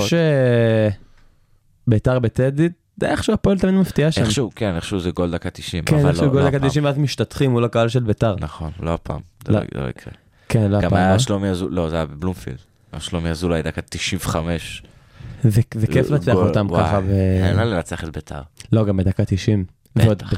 E: שביתר בטדי, זה איכשהו הפועל תמיד מפתיע שם.
F: איכשהו, כן, איכשהו זה גול דקה 90.
E: כן, איכשהו גול דקה 90 ואז משתתחים מול הקהל של ביתר.
F: נכון, לא הפעם, זה לא יקרה.
E: כן, לא הפעם.
F: גם היה שלומי אזולאי, לא, זה היה בבלומפילד. שלומי אזולאי דקה 95.
E: זה כיף לצלח אותם ככה.
F: אין לה לנצח את ביתר.
E: לא, גם בדקה 90. בטח.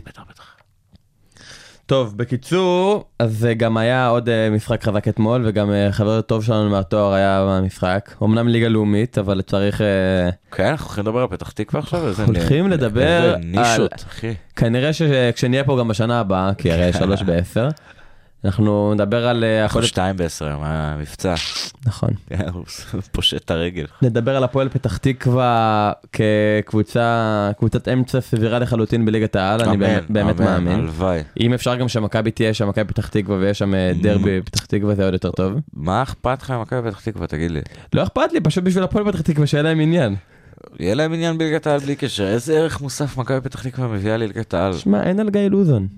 E: טוב, בקיצור, אז גם היה עוד משחק חזק אתמול, וגם חבר טוב שלנו מהתואר היה במשחק. אמנם ליגה לאומית, אבל צריך...
F: כן, אנחנו הולכים לדבר על פתח תקווה עכשיו.
E: הולכים לדבר על...
F: נישות, אחי.
E: כנראה שכשנהיה פה גם בשנה הבאה, כי הרי 3 ב-10, אנחנו נדבר על...
F: 2 ב-10, מה המבצע?
E: נכון.
F: הוא פושט את הרגל.
E: נדבר על הפועל פתח תקווה כקבוצת אמצע סבירה לחלוטין בליגת העל, אני באמת מאמין.
F: הלוואי.
E: אם אפשר גם שמכבי תהיה שם מכבי פתח תקווה ויש שם דרבי פתח תקווה, זה עוד יותר טוב.
F: מה אכפת לך עם מכבי פתח תקווה, תגיד לי?
E: לא אכפת לי, פשוט בשביל הפועל פתח תקווה שיהיה להם עניין.
F: יהיה להם עניין בליגת העל בלי קשר. איזה ערך מוסף מכבי פתח תקווה מביאה לליגת העל?
E: שמע, אין על גיא לוזון.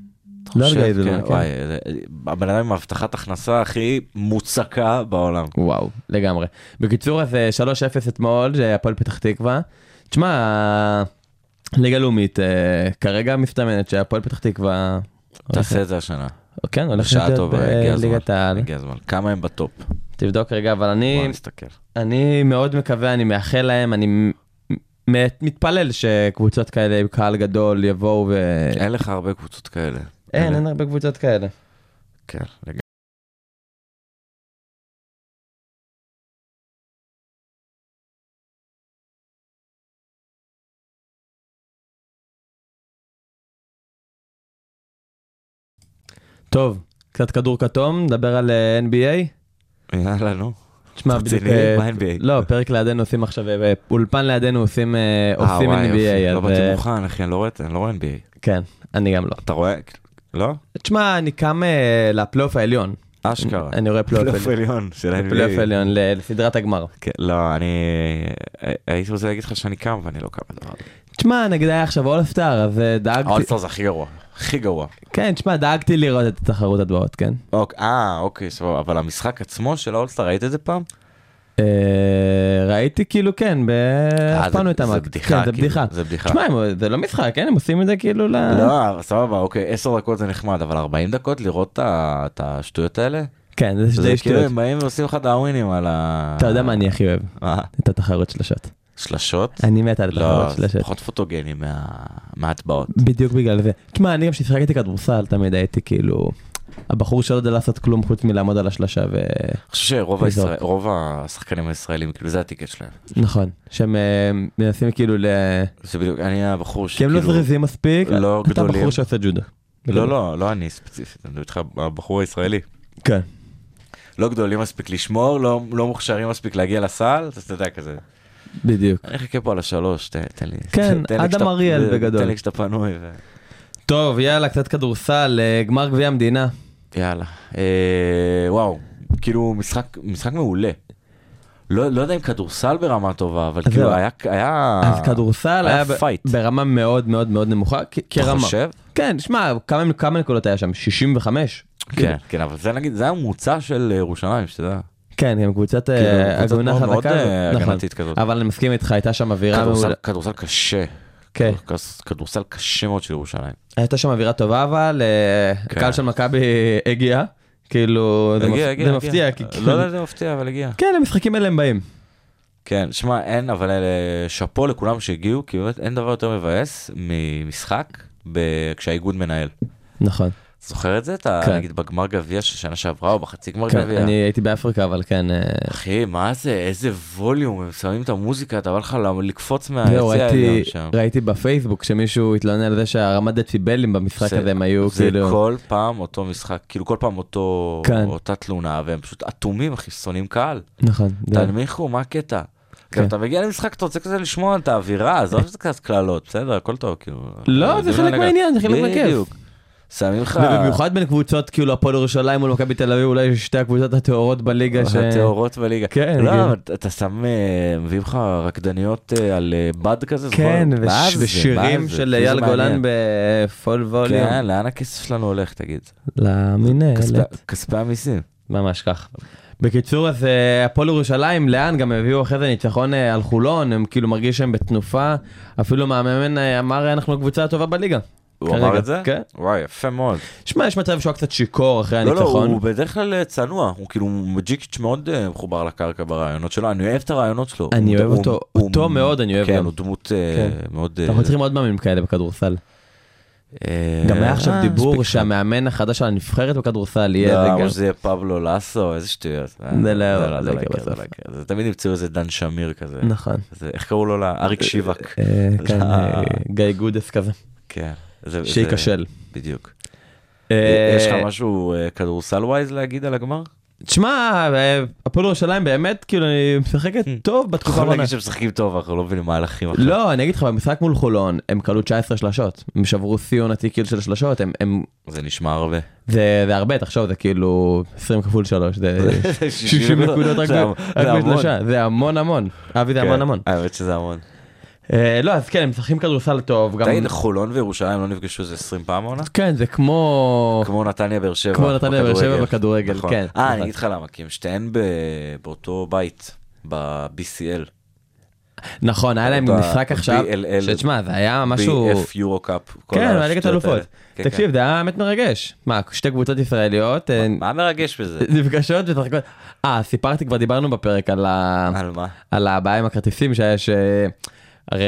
F: הבן אדם עם הבטחת הכנסה הכי מוצקה בעולם.
E: וואו, לגמרי. בקיצור, אז 3-0 אתמול, זה הפועל פתח תקווה. תשמע, ליגה לאומית, כרגע מסתמנת שהפועל פתח תקווה...
F: תעשה את זה השנה.
E: כן, הולך להיות בליגת העל.
F: הגיע הזמן. כמה הם בטופ?
E: תבדוק רגע, אבל אני מאוד מקווה, אני מאחל להם, אני... מתפלל שקבוצות כאלה עם קהל גדול יבואו ו...
F: אין לך הרבה קבוצות כאלה.
E: אין הרבה קבוצות כאלה.
F: כן, לגמרי.
E: טוב, קצת כדור כתום, נדבר על NBA.
F: יאללה, נו.
E: תשמע, לא, פרק לידינו עושים עכשיו, אולפן לידינו עושים NBA.
F: לא באתי מוכן, אחי, אני לא רואה NBA.
E: כן, אני גם לא.
F: אתה רואה? לא?
E: תשמע, אני קם לפלייאוף העליון.
F: אשכרה.
E: אני רואה פלייאוף
F: עליון של NBA.
E: פלייאוף עליון, לסדרת הגמר.
F: לא, אני הייתי רוצה להגיד לך שאני קם ואני לא קם לדבר.
E: תשמע, נגיד היה עכשיו אולסטאר, אז דאגתי...
F: אולסטאר זה הכי גרוע. הכי גרוע.
E: כן, תשמע, דאגתי לראות את התחרות הדברות, כן?
F: אוקיי, סבבה, אבל המשחק עצמו של האולסטאר, ראית את זה פעם?
E: ראיתי כאילו, כן, הפענו את המק.
F: זה בדיחה.
E: זה בדיחה. תשמע, זה לא משחק, כן? הם עושים את זה כאילו
F: לא, סבבה, אוקיי, 10 דקות זה נחמד, אבל 40 דקות לראות את השטויות האלה?
E: כן, זה די
F: זה כאילו
E: שטויות.
F: הם באים ועושים לך דאווינים על ה...
E: אתה יודע מה אני הכי אוהב?
F: מה?
E: את התחרות שלשות.
F: שלשות?
E: אני מת על התחרות
F: לא, זה
E: שלשות.
F: פחות פוטוגני מההטבעות.
E: בדיוק בגלל זה. תשמע, אני גם ששחקתי כדורסל, תמיד הייתי כאילו... הבחור שלא יודע לעשות כלום חוץ מלעמוד על השלשה ו...
F: אני חושב שרוב השחקנים הישראלים, כאילו זה הטיקט שלהם.
E: נכון, שהם מנסים כאילו
F: זה בדיוק, אני הבחור
E: כי הם לא זריזים מספיק,
F: לא
E: אתה
F: גדולים.
E: בחור שעושה ג'ודו.
F: לא אני ספציפית, אני מדבר איתך הבחור הישראלי.
E: כן.
F: לא גדולים מספיק לשמור, לא מוכשרים מספיק להגיע לסל, אז אתה יודע כזה.
E: בדיוק.
F: אני חכה פה על השלוש, תן לי.
E: כן, אדם אריאל בגדול.
F: תן לי כשאתה פנוי.
E: טוב, יאללה, קצת כדורסל, גמר גביע המדינה.
F: יאללה. וואו, כאילו משחק מעולה. לא יודע אם כדורסל ברמה טובה, אבל כאילו היה...
E: אז כדורסל היה
F: פייט.
E: ברמה מאוד מאוד מאוד נמוכה.
F: אתה חושב?
E: כן, שמע, כמה נקודות היה שם? 65?
F: כן, אבל זה נגיד, זה היה ממוצע של ירושלים, שתדע.
E: כן, גם קבוצת הגונה חזקה. הגנתית כזאת. אבל אני מסכים איתך, הייתה שם אווירה...
F: כדורסל קשה.
E: כן.
F: כדורסל קשה מאוד של ירושלים.
E: הייתה שם אווירה טובה, אבל הקהל של מכבי הגיע. כאילו, זה מפתיע.
F: לא יודע, זה מפתיע, אבל הגיע.
E: כן, המשחקים האלה הם באים.
F: כן, שמע, אין, אבל שפו לכולם שהגיעו, כי באמת אין דבר יותר מבאס ממשחק כשהאיגוד מנהל.
E: נכון.
F: זוכר את זה? אתה נגיד בגמר גביע של שנה שעברה או בחצי גמר
E: כן,
F: גביע?
E: אני הייתי באפריקה, אבל כן.
F: אחי, מה זה? איזה ווליום, הם שמים את המוזיקה, אתה בא לך לקפוץ מהיציע העליון שם.
E: ראיתי בפייסבוק שמישהו התלונן על זה שהרמת דציבלים במשחק הזה הם היו כאילו...
F: זה כל פעם אותו משחק, כאילו כל פעם אותה תלונה, והם פשוט אטומים, אחי, שונאים קהל.
E: נכון.
F: תנמיכו, מה הקטע? גם אתה מגיע למשחק, אתה רוצה כזה לשמוע את האווירה, עזוב שזה כזה כללות, בסדר, הכל טוב, כאילו...
E: לא, זה חלק מהעניין, זה חלק מהכיף.
F: שמים לך...
E: ובמיוחד בין קבוצות, כאילו הפועל ירושלים מול מכבי תל אביב, אולי שתי הקבוצות הטהורות בליגה.
F: הטהורות בליגה.
E: כן.
F: לא, אתה שם, מביא לך רקדניות על בד כזה, זוכר?
E: כן, ושירים של אייל גולן בפול ווליום.
F: כן, לאן הכסף שלנו הולך, תגיד?
E: למינהלת.
F: כספי המיסים.
E: ממש כך. בקיצור, אז הפועל ירושלים, לאן גם הביאו אחרי זה ניצחון על חולון, הם כאילו מרגיש שהם בתנופה, אפילו מאמן אמר, אנחנו הקבוצה הטובה בליגה.
F: הוא אמר את זה?
E: כן.
F: וואי, יפה מאוד.
E: שמע, יש מצב שהוא קצת שיקור אחרי הניצחון.
F: לא, הוא בדרך כלל צנוע, הוא כאילו מג'יקיץ' מאוד מחובר לקרקע ברעיונות שלו, אני אוהב את הרעיונות שלו.
E: אני אוהב אותו מאוד, אני אוהב גם.
F: כן, הוא דמות מאוד...
E: אנחנו צריכים עוד מאמנים כאלה בכדורסל. גם היה עכשיו דיבור שהמאמן החדש של הנבחרת בכדורסל יהיה...
F: לא, אבל זה יהיה פבלו לסו, איזה שטויות.
E: זה לא
F: יקרה. זה תמיד נמצאו איזה דן שמיר כזה.
E: נכון.
F: איך קראו לו? אריק שיבק.
E: כן, גיא גודס כזה.
F: כן.
E: שייכשל.
F: בדיוק. יש לך משהו כדורסל ווייז להגיד על הגמר?
E: תשמע, הפועל ירושלים באמת, כאילו, אני משחקת טוב בתקופה
F: יכול
E: האחרונה.
F: להגיד שהם משחקים טוב, אנחנו לא מבינים מהלכים עכשיו.
E: לא, אני אגיד לך, במשחק מול חולון, הם קלו 19 שלשות. הם שברו סיון עתיק של שלשות,
F: זה נשמע הרבה.
E: זה הרבה, תחשוב, זה כאילו 20 כפול 3, זה 60 נקודות רק בשלושה. זה המון. אבי, זה המון.
F: האמת שזה המון.
E: לא, אז כן, הם משחקים כדורסל טוב.
F: תגיד, חולון וירושלים לא נפגשו איזה 20 פעם עונה?
E: כן, זה כמו
F: נתניה באר שבע.
E: כמו נתניה באר שבע בכדורגל, כן.
F: אני אגיד לך למה, כי הם שתיהן באותו בית, ב-BCL.
E: נכון, היה להם משחק עכשיו, שתשמע, זה היה משהו...
F: BF יורו-קאפ.
E: כן, היה ליגת אלופות. תקשיב, זה היה באמת מרגש. מה, שתי קבוצות ישראליות...
F: מה מרגש בזה?
E: נפגשות ושחקות. סיפרתי, כבר דיברנו בפרק על
F: מה?
E: על הבעיה עם הכרטיסים, שהיה ש... הרי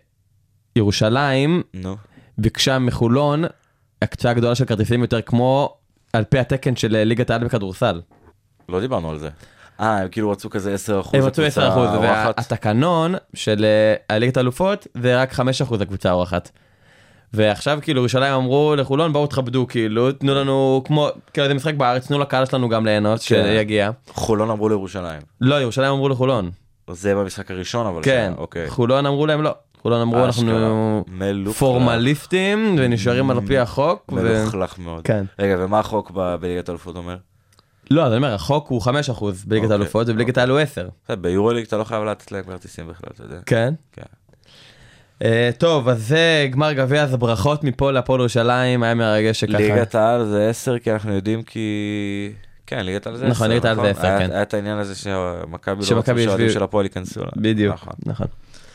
E: ירושלים ביקשה מחולון הקצאה גדולה של כרטיסים יותר כמו על פי התקן של ליגת העל בכדורסל.
F: לא דיברנו על זה. הם כאילו רצו כזה 10%.
E: הם רצו 10%, והתקנון של ליגת האלופות זה רק 5% לקבוצה האורחת. ועכשיו כאילו ירושלים אמרו לחולון בואו תכבדו, כאילו תנו לנו כמו כאילו זה משחק בארץ, תנו לקהל שלנו גם ליהנות שיגיע.
F: חולון אמרו לירושלים.
E: לא, ירושלים אמרו לחולון.
F: זה במשחק הראשון, אבל...
E: כן, חולון אמרו להם לא. חולון אמרו אנחנו פורמליסטים ונשארים על פי החוק.
F: מלוכלך מאוד. רגע, ומה החוק בליגת האלופות אומר?
E: לא, אני אומר, החוק הוא 5% בליגת האלופות, ובליגת העל הוא 10%.
F: ביורוליג אתה לא חייב לתת להם כרטיסים בכלל, אתה יודע.
E: כן? כן. טוב, אז זה גמר גביע, אז ברכות מפה להפועל ירושלים, היה מרגש שככה.
F: ליגת העל זה 10, כי אנחנו יודעים כי... כן, ליגת העל זה 10.
E: נכון, ליגת העל זה 10, כן.
F: היה את העניין הזה שהמכבי לא רצו שהאוהדים של הפועל ייכנסו.
E: בדיוק, נכון.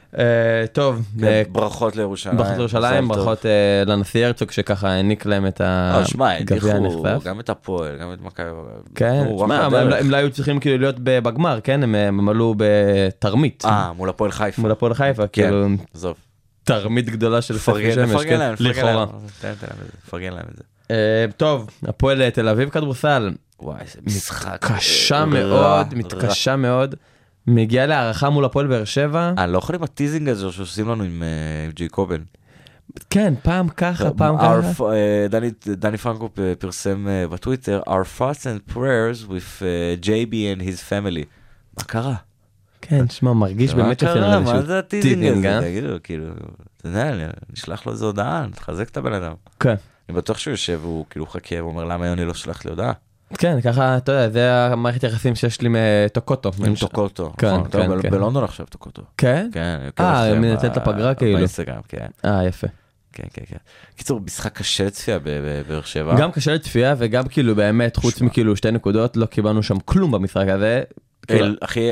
E: טוב,
F: ברכות לירושלים.
E: ברכות לירושלים, ברכות לנשיא הרצוג שככה העניק להם את הגביע הנכסף.
F: גם את הפועל, גם את מכבי.
E: כן, הם לא היו צריכים כאילו להיות בגמר, כן? הם עלו בתרמית.
F: מול הפועל חיפה.
E: מול הפועל חיפה, כאילו
F: עזוב.
E: תרמית גדולה של ספי שמש, לכאורה.
F: פרגן להם את זה.
E: טוב, הפועל תל אביב כדורסל.
F: וואי, זה משחק.
E: קשה מאוד, מתקשה מאוד. מגיע להערכה מול הפועל באר שבע.
F: אני לא יכול עם הטיזינג הזה שעושים לנו עם ג'ייקובן.
E: כן, פעם ככה, פעם ככה.
F: דני פרנקו פרסם בטוויטר, Our thoughts and prayers with JB and his family. מה קרה?
E: כן, שמע, מרגיש באמת
F: מה קרה? מה זה הטיזינג הזה? תגידו, כאילו, אתה יודע, נשלח לו איזה הודעה, תחזק את הבן אדם.
E: כן.
F: אני בטוח שהוא יושב, הוא כאילו חכה, הוא אומר, למה יוני לא שלח לי הודעה?
E: כן, ככה, אתה יודע, זה המערכת יחסים שיש לי מטוקוטו.
F: עם טוקוטו.
E: כן, כן.
F: בלונדון עכשיו טוקוטו.
E: כן? מנצל את הפגרה כאילו.
F: באינסטגרם, כן.
E: יפה.
F: כן, כן, כן. קיצור, משחק קשה לצפייה בבאר שבע.
E: גם קשה לצפייה וגם כאילו באמת, חוץ מכאילו 2 נקודות, לא קיבלנו שם כלום במשחק הזה.
F: אחי,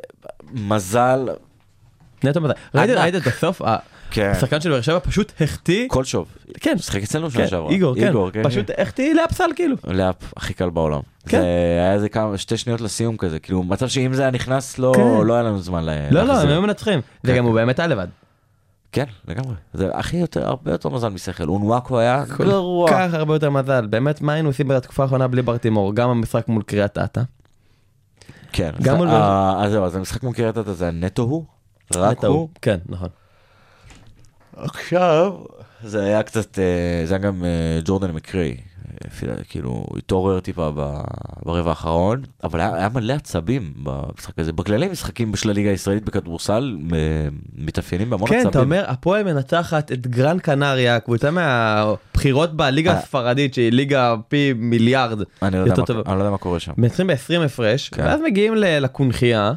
F: מזל.
E: נטו מזל. ראית את הסוף? השחקן של באר שבע פשוט החטיא.
F: קולשוב.
E: כן.
F: שחק אצלנו שנה שעברה.
E: איגור, כן. פשוט החטיא לאפסל כאילו.
F: לאפ, הכי קל בעולם. זה היה איזה 2 שניות לסיום כזה. כאילו, מצב שאם זה היה נכנס, לא היה לנו זמן להחזיר.
E: לא, הם היו מנצחים. וגם הוא באמת היה לבד.
F: כן, לגמרי. זה הרבה יותר מזל משכל. אונוואקו היה
E: גרוע. כך הרבה יותר מזל. באמת, מה היינו עושים בתקופה האחרונה בלי ברטימור? גם המשחק מול קריית אתא.
F: כן. אז המשחק מול קריית אתא זה נטו הוא? רק הוא?
E: כן, נכון.
F: עכשיו, זה היה קצת, זה היה גם ג'ורדן מקרי, כאילו, התעורר טיפה ברבע האחרון, אבל היה מלא עצבים במשחק הזה. בכללי משחקים של הליגה הישראלית בכדורסל, מתאפיינים בהמון עצבים.
E: כן, אתה אומר, הפועל מנצחת את גרן קנריה, קבוצה מהבחירות בליגה הספרדית, שהיא ליגה פי מיליארד.
F: אני לא יודע מה קורה שם.
E: מנצחים ב-20 הפרש, ואז מגיעים לקונחייה,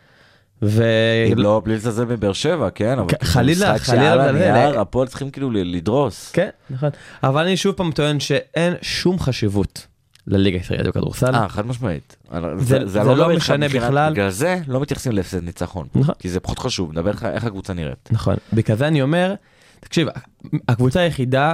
F: אם לא בלי לזה מבאר שבע, כן, אבל
E: חלילה,
F: הפועל צריכים כאילו לדרוס.
E: כן, נכון. אבל אני שוב פעם טוען שאין שום חשיבות לליגה הישראלית בכדורסל.
F: חד משמעית.
E: זה לא משנה בכלל.
F: בגלל זה לא מתייחסים להפסד ניצחון. כי זה פחות חשוב, נדבר לך איך הקבוצה נראית.
E: נכון. בכזה אני אומר, תקשיב, הקבוצה היחידה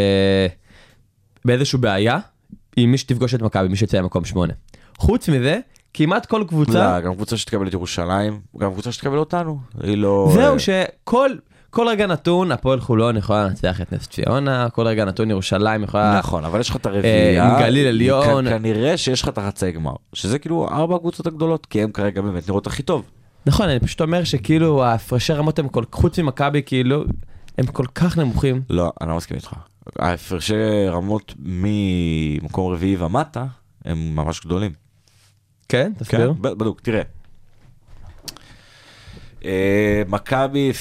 E: שבאיזשהו בעיה, היא מי שתפגוש את מכבי, מי שיצא למקום 8. חוץ מזה, כמעט כל קבוצה...
F: לא, גם קבוצה שתקבל את ירושלים, גם קבוצה שתקבל אותנו. היא לא...
E: זהו, שכל רגע נתון, הפועל חולון יכולה לנצח את נס ציונה, כל רגע נתון ירושלים יכולה...
F: נכון, אבל יש לך את הרביעייה...
E: גליל עליון...
F: כנראה שיש לך את החצי גמר, שזה כאילו 4 הקבוצות הגדולות, כי הם כרגע באמת נראות הכי טוב.
E: נכון, אני פשוט אומר שכאילו ההפרשי רמות הם חוץ ממכבי, כאילו, הם כל כך נמוכים.
F: לא, אני לא מסכים איתך. ההפרשי רמות ממקום רביעי ומטה, הם ממש גדולים.
E: כן, תסביר.
F: בדוק, תראה. מכבי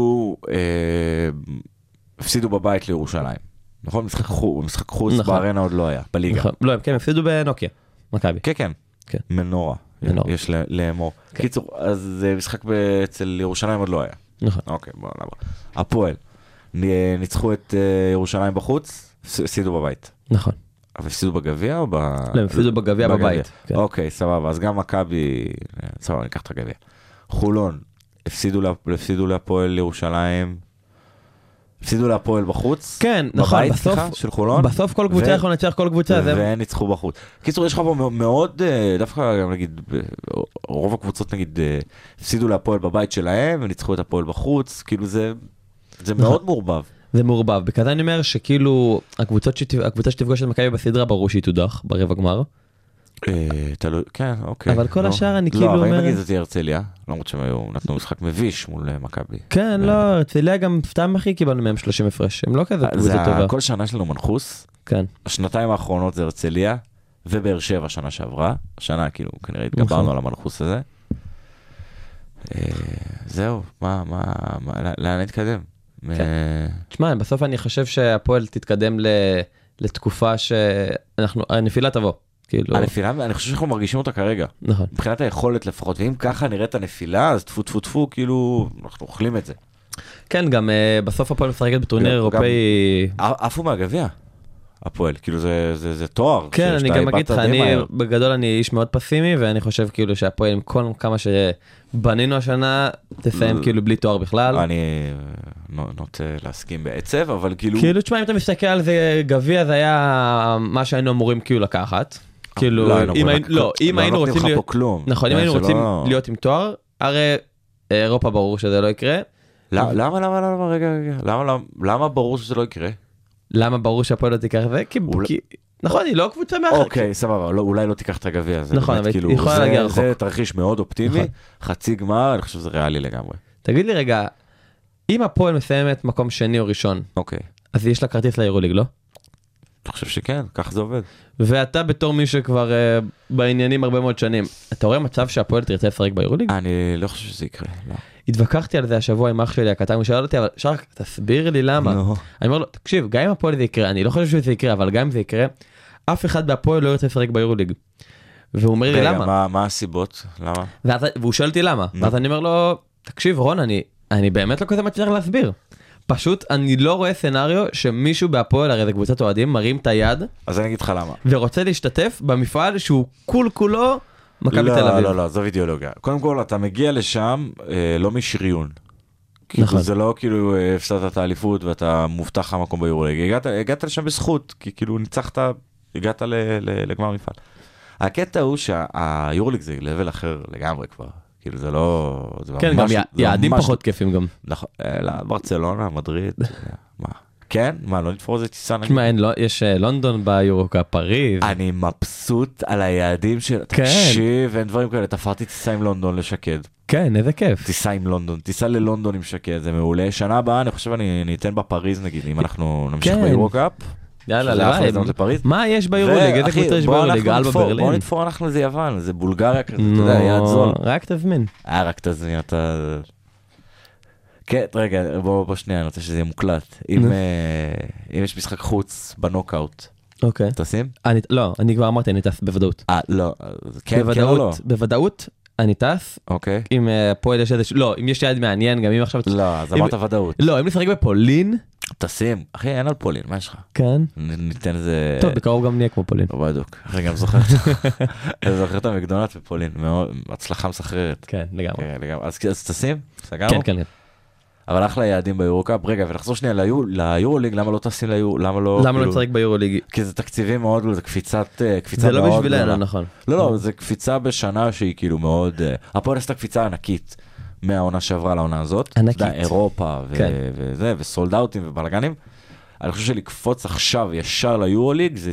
F: הפסידו בבית לירושלים. נכון? משחק חוץ בארנה עוד לא היה, בליגה.
E: לא, כן, הפסידו בנוקיה, מכבי.
F: כן. מנורה. יש לאמור. קיצור, אז זה משחק אצל ירושלים עוד לא היה.
E: נכון.
F: אוקיי, בוא נעבור. הפועל. ניצחו את ירושלים בחוץ, הפסידו בבית.
E: נכון.
F: אבל הפסידו בגביע או
E: לא, הפסידו בגביע בבית.
F: אוקיי, סבבה. אז גם מכבי, סבבה, ניקח את הגביע. חולון, הפסידו להפועל לירושלים, הפסידו להפועל בחוץ.
E: כן, נכון,
F: של חולון.
E: בסוף כל קבוצה יכול לנצח כל קבוצה.
F: וניצחו בחוץ. קיצור, יש לך פה מאוד, דווקא גם נגיד, רוב הקבוצות נגיד, הפסידו להפועל בבית שלהם, וניצחו את הפועל בחוץ, כאילו זה מאוד מעורבב.
E: זה מעורבב. בכזה אני אומר שכאילו הקבוצה שתפגוש את מכבי בסדרה ברור שהיא תודח ברבע גמר.
F: כן, אוקיי.
E: אבל כל השאר אני כאילו אומר...
F: לא, אבל אם נגיד זה תהיה הרצליה, למרות שהם היו נתנו משחק מביש מול מכבי.
E: כן, לא, הרצליה גם סתם הכי קיבלנו מהם 30 הפרש. הם לא כזה קבוצה טובה.
F: כל שנה שלנו מנחוס.
E: כן.
F: השנתיים האחרונות זה הרצליה, ובאר שבע שנה שעברה. השנה כאילו כנראה התגברנו על המנחוס הזה. זהו, לאן נתקדם?
E: תשמע, בסוף אני חושב שהפועל תתקדם לתקופה הנפילה תבוא.
F: הנפילה, אני חושב שאנחנו מרגישים אותה כרגע.
E: נכון.
F: מבחינת היכולת לפחות, ואם ככה נראית הנפילה, אז טפו טפו טפו, כאילו, אנחנו אוכלים את זה.
E: כן, גם בסוף הפועל משחקת בטורניר אירופאי...
F: עפו מהגביע. הפועל, כאילו זה תואר.
E: כן, אני גם אגיד לך, בגדול אני איש מאוד פסימי, ואני חושב כאילו שהפועל עם כל כמה שבנינו השנה, תסיים כאילו בלי תואר בכלל.
F: אני נוטה להסכים בעצב, אבל כאילו...
E: כאילו, תשמע, אם אתה מסתכל על זה, גביע זה היה מה שהיינו אמורים כאילו לקחת. כאילו, אם היינו רוצים להיות... נכון, אם היינו רוצים להיות עם תואר, הרי אירופה ברור שזה לא יקרה.
F: למה ברור שזה לא יקרה?
E: למה ברור שהפועל לא תיקח את זה? כי... נכון, היא לא קבוצה מאחר.
F: אוקיי, סבבה, אולי לא תיקח את הגביע.
E: נכון, אבל היא יכולה להגיע רחוק.
F: זה תרחיש מאוד אופטימי, חצי גמר, אני חושב שזה ריאלי לגמרי.
E: תגיד לי רגע, אם הפועל מסיימת מקום שני או ראשון, אז יש לה כרטיס ליורוליג, לא?
F: אני חושב שכן, כך זה עובד.
E: ואתה בתור מי שכבר בעניינים הרבה מאוד שנים, אתה רואה מצב שהפועל תרצה לשחק ביורוליג?
F: אני לא חושב שזה יקרה, לא.
E: התווכחתי על זה השבוע עם אח שלי הקטן, הוא שאל אותי, אבל שרק, תסביר לי למה. אני אומר לו, תקשיב, גם אם הפועל זה יקרה, אני לא חושב שזה יקרה, אבל גם אם זה יקרה, אף אחד בהפועל לא ירצה לשחק ביורוליג. והוא אומר לי למה.
F: רגע, מה הסיבות? למה?
E: והוא שואל אותי למה. ואז אני אומר לו, תקשיב רון, אני באמת לא כזה מצליח להסביר. פשוט אני לא רואה סנריו שמישהו בהפועל, הרי זה קבוצת אוהדים, מרים את היד.
F: אז אני אגיד לך למה.
E: ורוצה להשתתף במפעל שהוא כולו מכבי תל אביב.
F: לא, זו אידיאולוגיה. קודם כל, אתה מגיע לשם לא משריון. נכון. זה לא כאילו הפסדת את האליפות ואתה מובטח המקום ביורוליג. הגעת לשם בזכות, כי כאילו ניצחת, הגעת לגמר מפעל. הקטע הוא שהיורוליג זה לבל אחר לגמרי כבר. כאילו זה לא...
E: כן, גם יעדים פחות כיפים גם.
F: נכון, ברצלונה, מדריד, מה? כן? מה, לא נתפור איזה טיסה נגיד?
E: תשמע, יש לונדון ביורוקה, פריז.
F: אני מבסוט על היעדים של... תקשיב, אין דברים כאלה, תפרתי טיסה עם לונדון לשקד.
E: כן, איזה כיף.
F: טיסה עם לונדון, טיסה ללונדון עם שקד, זה מעולה. שנה הבאה, אני חושב אני אתן בפריז נגיד, אם אנחנו נמשיך ביורוקאפ.
E: יאללה, מה יש ביורוליג? איזה קבוצה יש ביורוליג? אלבה ברלין?
F: בוא נתפור אנחנו לזה יוון, זה בולגריה כזה, אתה יודע, יעד זול.
E: רק תזמין.
F: רק תזמין, אתה... כן, רגע, בוא שנייה, אני רוצה שזה יהיה מוקלט. אם יש משחק חוץ בנוקאוט, תשים?
E: לא, אני כבר אמרתי, אני טס בוודאות.
F: לא, כן או לא?
E: בוודאות, אני טס. אם פועל יש איזה... לא, אם יש יעד מעניין, גם אם עכשיו...
F: לא, אז אמרת ודאות.
E: לא, אם נשחק בפולין...
F: תשים. אחי, אין על פולין, מה יש לך?
E: כן.
F: ניתן איזה...
E: טוב, בקרוב גם נהיה כמו פולין.
F: לא בדיוק. אחי, גם זוכר את המקדונלדס בפולין. הצלחה מסחררת.
E: כן, לגמרי.
F: אז תשים? סגרנו?
E: כן.
F: אבל אחלה יעדים ביורוקאפ. רגע, ונחזור שנייה ליורוליג, למה לא טסים
E: למה לא נצחק ביורוליג?
F: כי זה תקציבים מאוד, זה קפיצת
E: זה לא בשבילנו, נכון.
F: לא, זה קפיצה בשנה שהיא כאילו מאוד... הפועל עשתה קפיצה ענקית מהעונה שעברה לעונה הזאת.
E: ענקית.
F: אירופה וזה, וסולד אאוטים ובלגנים. אני חושב שלקפוץ עכשיו ישר ליורוליג, זה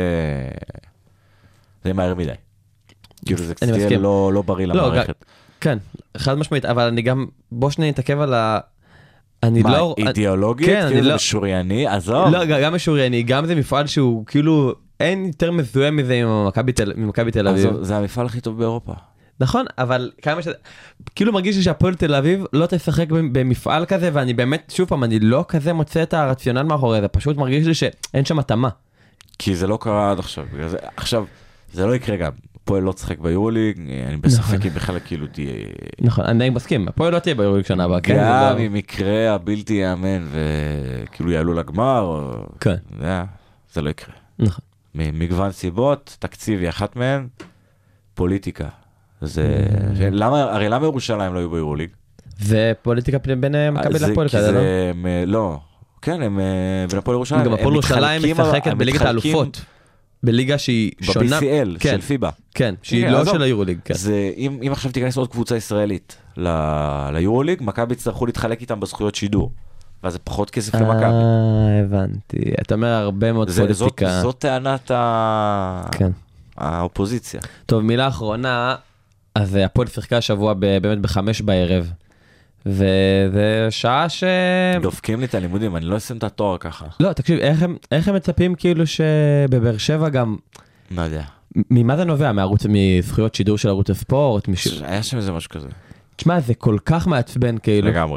F: יהיה מהר מדי. כאילו זה קצת יהיה לא בריא למערכת.
E: כן, חד משמעית, אבל אני גם... בוא שניה נתעכב על ה...
F: מה, אידיאולוגית? כאילו זה משורייני? עזוב.
E: לא, גם משורייני, גם זה מפעל שהוא כאילו, אין יותר מזוהה מזה עם מכבי תל אביב.
F: זה המפעל הכי טוב באירופה.
E: נכון, אבל כמה כאילו מרגיש לי שהפועל תל אביב לא תשחק במפעל כזה, ואני באמת, שוב פעם, אני לא כזה מוצא את הרציונל מאחורי זה, פשוט מרגיש לי שאין שם התאמה.
F: כי זה לא קרה עד עכשיו. עכשיו, זה לא יקרה גם. הפועל לא תשחק ביורוליג, אני בספק אם בכלל כאילו תהיה...
E: נכון, אני מסכים, הפועל לא תהיה ביורוליג שנה הבאה.
F: גם אם יקרה הבלתי יאמן וכאילו יעלו לגמר, זה לא יקרה.
E: נכון.
F: מגוון סיבות, תקציב היא אחת מהן, פוליטיקה. הרי למה ירושלים לא היו ביורוליג?
E: ופוליטיקה בין מכבי להפועל כזה, לא?
F: לא, כן, הם בין הפועל ירושלים.
E: גם הפועל ירושלים משחקת בליגת האלופות. בליגה שהיא שונה...
F: ב-BCL של פיבה.
E: כן, שהיא לא של היורוליג.
F: אם עכשיו תיכנס עוד קבוצה ישראלית ליורוליג, מכבי יצטרכו להתחלק איתם בזכויות שידור. ואז זה פחות כסף למכבי.
E: הבנתי. אתה אומר הרבה מאוד פוליטיקה.
F: זאת טענת האופוזיציה.
E: טוב, מילה אחרונה, אז הפועל שיחקה השבוע באמת ב-5 בערב. וזה שעה ש...
F: דופקים לי את הלימודים, אני לא אשים את התואר ככה.
E: לא, תקשיב, איך הם מצפים כאילו שבבאר שבע גם...
F: לא יודע.
E: ממה זה נובע? מזכויות שידור של ערוץ הספורט?
F: היה שם איזה משהו כזה.
E: תשמע, זה כל כך מעצבן כאילו.
F: לגמרי.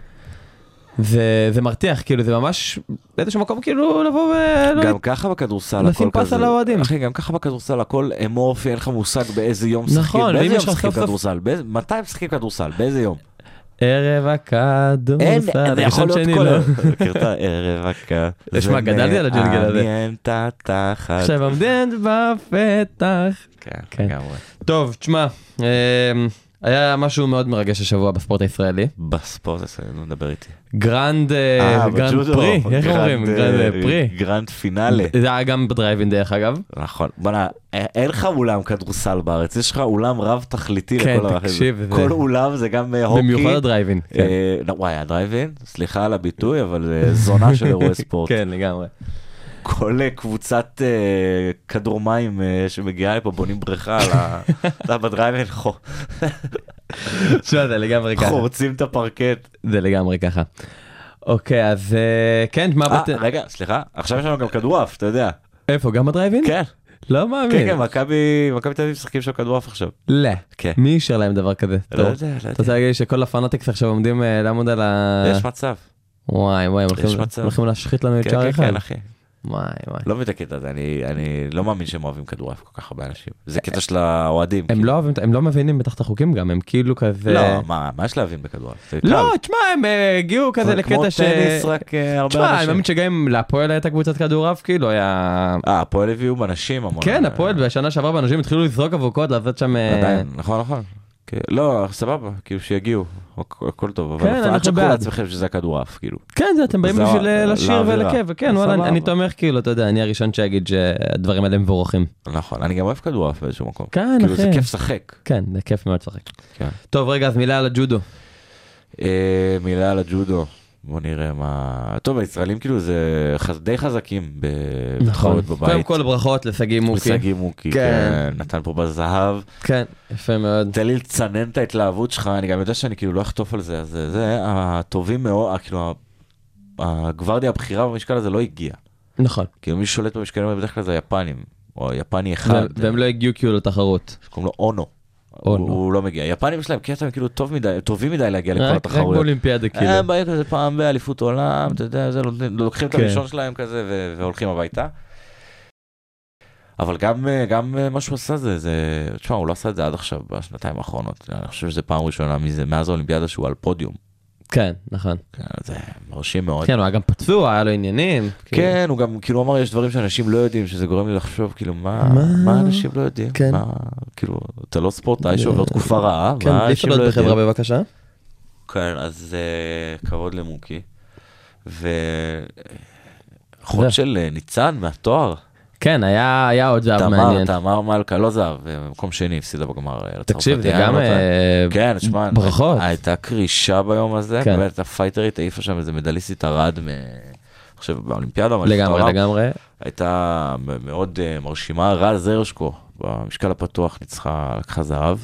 E: זה מרתיח, כאילו זה ממש באיזשהו מקום כאילו לבוא
F: גם ככה בכדורסל
E: לשים פס על האוהדים.
F: אחי, גם ככה בכדורסל הכל אמורפי, אין לך מושג באיזה יום משחקים.
E: נכון,
F: באיזה יום משחקים כדורסל? מתי משחקים כדורסל? באיזה יום?
E: ערב הכדורסל.
F: אין, זה יכול להיות כל... מכיר את הערב הכדורסל.
E: תשמע, גדלתי על הג'ינגל הזה.
F: מעניין את התחת.
E: עכשיו עומדת בפתח.
F: כן, לגמרי.
E: טוב, תשמע, היה משהו מאוד מרגש השבוע בספורט הישראלי.
F: בספורט הישראלי, נדבר איתי.
E: גרנד פרי, איך אומרים? גרנד פרי.
F: גרנד פינאלה.
E: זה היה גם בדרייבין דרך אגב.
F: נכון. בוא'נה, אין לך אולם כדורסל בארץ, יש לך אולם רב תכליתי
E: כן,
F: לכל דבר.
E: תקשיב.
F: כל אולם זה גם הוקי.
E: במיוחד הדרייבין.
F: וואי, הדרייבין, סליחה על הביטוי, אבל זה זונה של אירועי ספורט.
E: כן, לגמרי.
F: כל קבוצת כדור מים שמגיעה לפה בונים בריכה בדרייבין
E: תשמע, זה לגמרי ככה.
F: חורצים את הפרקט.
E: זה לגמרי ככה. אוקיי, אז כן, מה...
F: רגע, סליחה, עכשיו יש לנו גם כדורעף, אתה יודע.
E: איפה, גם בדרייבין?
F: כן.
E: לא מאמין.
F: כן, כן, מכבי תל אביב משחקים של כדורעף עכשיו.
E: לא.
F: כן.
E: מי אישר להם דבר כזה?
F: לא יודע, לא יודע.
E: אתה רוצה להגיד לי שכל הפנאטיקס עכשיו עומדים לעמוד על ה...
F: יש מצב.
E: וואי, הם הולכים להשחית לנו את שער אחד.
F: כן, אחי.
E: וואי.
F: לא מבין את הקטע הזה, אני לא מאמין שהם אוהבים כדורעף כל כך הרבה אנשים. זה קטע של האוהדים.
E: הם לא מבינים בתחת החוקים גם, הם כאילו כזה...
F: לא, מה יש להבין בכדורעף?
E: לא, תשמע, הם הגיעו כזה לקטע ש...
F: כמו טניס, רק הרבה אנשים.
E: תשמע, אני מאמין שגם להפועל הייתה קבוצת כדורעף, כאילו היה...
F: הפועל הביאו בנשים המון.
E: כן, הפועל בשנה שעברה באנשים התחילו לזרוק אבוקות, לעשות שם...
F: עדיין, נכון. לא, סבבה, כאילו שיגיעו, הכל טוב, אבל
E: אל תשכחו
F: לעצמכם שזה הכדורעף, כאילו.
E: כן, אתם באים בשביל לשיר ולכיף, וכן, וואלה, אני תומך, כאילו, אתה יודע, אני הראשון שיגיד שהדברים האלה מבורכים.
F: נכון, אני גם אוהב כדורעף באיזשהו מקום.
E: כן,
F: כאילו, זה כיף שחק.
E: כן, זה כיף מאוד שחק. טוב, רגע, אז מילה על הג'ודו.
F: מילה על הג'ודו. בוא נראה מה... טוב, הישראלים כאילו זה די חזקים בתחרות בבית.
E: קודם כל ברכות לסגי מוקי.
F: לסגי מוקי, כן. נתן פה בזהב.
E: כן, יפה מאוד.
F: תן לי לצנן את ההתלהבות שלך, אני גם יודע שאני כאילו לא אחטוף על זה, אז זה הטובים מאוד, כאילו הגוורדיה הבחירה במשקל הזה לא הגיע.
E: נכון.
F: כאילו מי ששולט במשקלים בדרך כלל זה היפנים, או יפני אחד.
E: והם לא הגיעו כאילו לתחרות.
F: שקוראים לו אונו. הוא לא מגיע. יפנים שלהם, כי אתם כאילו טובים מדי להגיע לכל התחרויות.
E: רק באולימפיאדה כאילו.
F: הם באים כזה פעם באליפות עולם, אתה יודע, לוקחים את הראשון שלהם כזה והולכים הביתה. אבל גם מה שהוא עשה זה, תשמע, הוא לא עשה את זה עד עכשיו בשנתיים האחרונות. אני חושב שזה פעם ראשונה מאז האולימפיאדה שהוא על פודיום.
E: כן, נכון.
F: זה מרשים מאוד.
E: כן, הוא היה גם פצוע, היה לו עניינים.
F: כן, הוא גם כאילו אמר, יש דברים שאנשים לא יודעים, שזה גורם לי לחשוב, כאילו, מה אנשים לא יודעים? כאילו, אתה לא ספורטאי שעובר תקופה רעה, מה אנשים לא יודעים?
E: בחברה בבקשה.
F: כן, אז כבוד למוקי. וחוד של ניצן מהתואר.
E: כן, היה עוד זהב מעניין.
F: תמר מלכה, לא זהב, במקום שני, הפסידה בגמר.
E: תקשיב, זה גם
F: ברכות. הייתה קרישה ביום הזה, באמת הייתה פייטרית, העיפה שם איזה מדליסטית הרד, עכשיו באולימפיאדה.
E: לגמרי.
F: הייתה מאוד מרשימה, רל זרשקו, במשקל הפתוח לקחה זהב.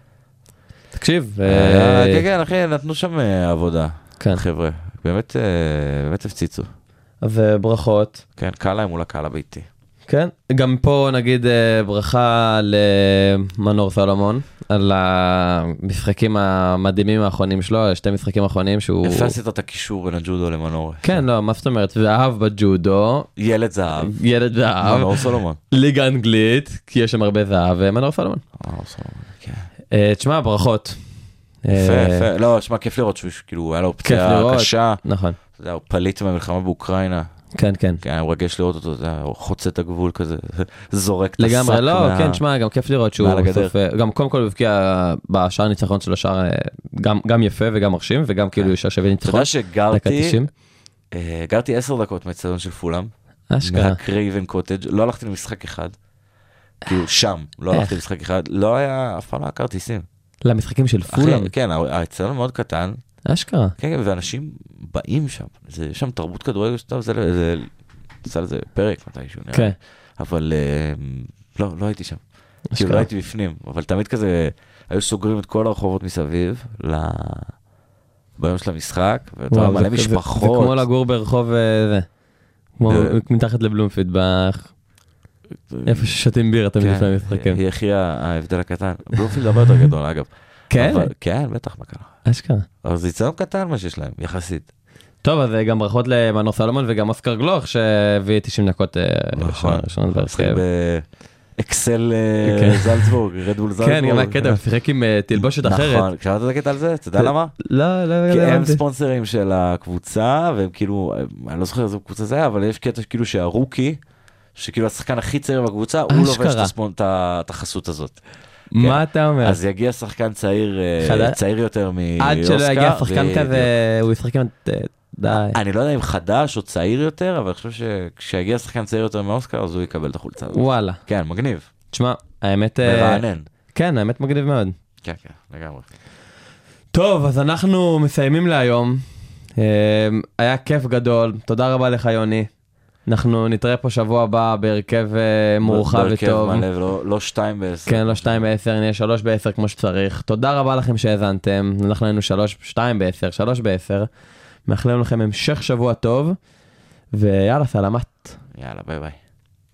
E: תקשיב.
F: כן, אחי, נתנו שם עבודה, חבר'ה, באמת הפציצו.
E: וברכות.
F: כן, קל להם מול הקהל הביתי.
E: כן, גם פה נגיד ברכה למנור סולומון, על המשחקים המדהימים האחרונים שלו, שתי משחקים האחרונים שהוא...
F: יפה עשית את הקישור בין הג'ודו למנור.
E: כן, לא, מה זאת אומרת, זהב בג'ודו.
F: ילד זהב.
E: מנור
F: סולומון.
E: ליגה אנגלית, כי יש שם הרבה זהב, ומנור סולומון.
F: כן.
E: תשמע, ברכות.
F: יפה. לא, תשמע, כיף לראות שהוא כאילו, היה לו פציעה קשה.
E: נכון.
F: אתה יודע, הוא פליט מהמלחמה באוקראינה.
E: כן.
F: כן, הוא רגש לראות אותו, הוא חוצה את הגבול כזה, זורק את השק.
E: לגמרי, לא, כן, תשמע, גם כיף לראות שהוא בסוף, גם קודם כל הוא הבקיע בשער ניצחון שלו, שער גם יפה וגם מרשים, וגם כאילו שער שווה ניצחון.
F: אתה יודע שגרתי 10 דקות מהצטדיון של פולאם, מהקרייבן קוטג', לא הלכתי למשחק אחד, כאילו שם, לא הלכתי למשחק אחד, לא היה, אף פעם לא היה כרטיסים.
E: למשחקים של פולאם?
F: כן, הצטדיון מאוד קטן.
E: אשכרה.
F: כן, ואנשים באים שם, יש שם תרבות כדורגל, זה עשה לזה פרק מתישהו,
E: כן.
F: אבל לא הייתי שם, כאילו לא הייתי בפנים, אבל תמיד כזה, היו סוגרים את כל הרחובות מסביב, ביום של המשחק, ואתה רואה מלא משפחות.
E: זה כמו לגור ברחוב זה, כמו מתחת לבלומפיד, איפה ששתים בירה תמיד לפני המשחקים.
F: יחי ההבדל הקטן, בלומפיד הרבה יותר גדול אגב.
E: כן?
F: כן, בטח, מה קרה.
E: אשכרה.
F: אבל זה יצא קטן מה שיש להם, יחסית.
E: טוב, אז גם ברכות למנור סולומון וגם אוסקר גלוך שהביא 90 דקות ראשונות בהרכב.
F: אקסל זלצבורג, רדבול זלצבורג.
E: כן, גם הקטע, הוא שיחק עם תלבושת אחרת.
F: נכון, כשאתה את הקטע על זה, אתה יודע למה?
E: לא,
F: כי הם ספונסרים של הקבוצה, והם כאילו, אני לא זוכר איזה קבוצה זה היה, אבל יש קטע כאילו שהרוקי, שכאילו השחקן הכי צעיר בקבוצה, הוא לובש את החסות הזאת.
E: מה אתה אומר?
F: אז יגיע שחקן צעיר יותר מאוסקר.
E: עד שלא יגיע שחקן כזה, הוא ישחק עם... די.
F: אני לא יודע אם חדש או צעיר יותר, אבל אני חושב שכשיגיע שחקן צעיר יותר מאוסקר, אז הוא יקבל את החולצה הזאת.
E: וואלה.
F: כן, מגניב.
E: תשמע, האמת...
F: מרענן.
E: כן, האמת מגניב מאוד.
F: כן, לגמרי.
E: טוב, אז אנחנו מסיימים להיום. היה כיף גדול. תודה רבה לך, יוני. אנחנו נתראה פה שבוע הבא בהרכב מורחב וטוב.
F: בהרכב מלא, לא 2 ב-10.
E: כן, לא 2 ב-10, נהיה 3 ב-10 כמו שצריך. תודה רבה לכם שהאזנתם. אנחנו היינו 2 ב-10, 3 ב-10. מאחלים לכם המשך שבוע טוב, ויאללה, סלמת.
F: יאללה, ביי ביי.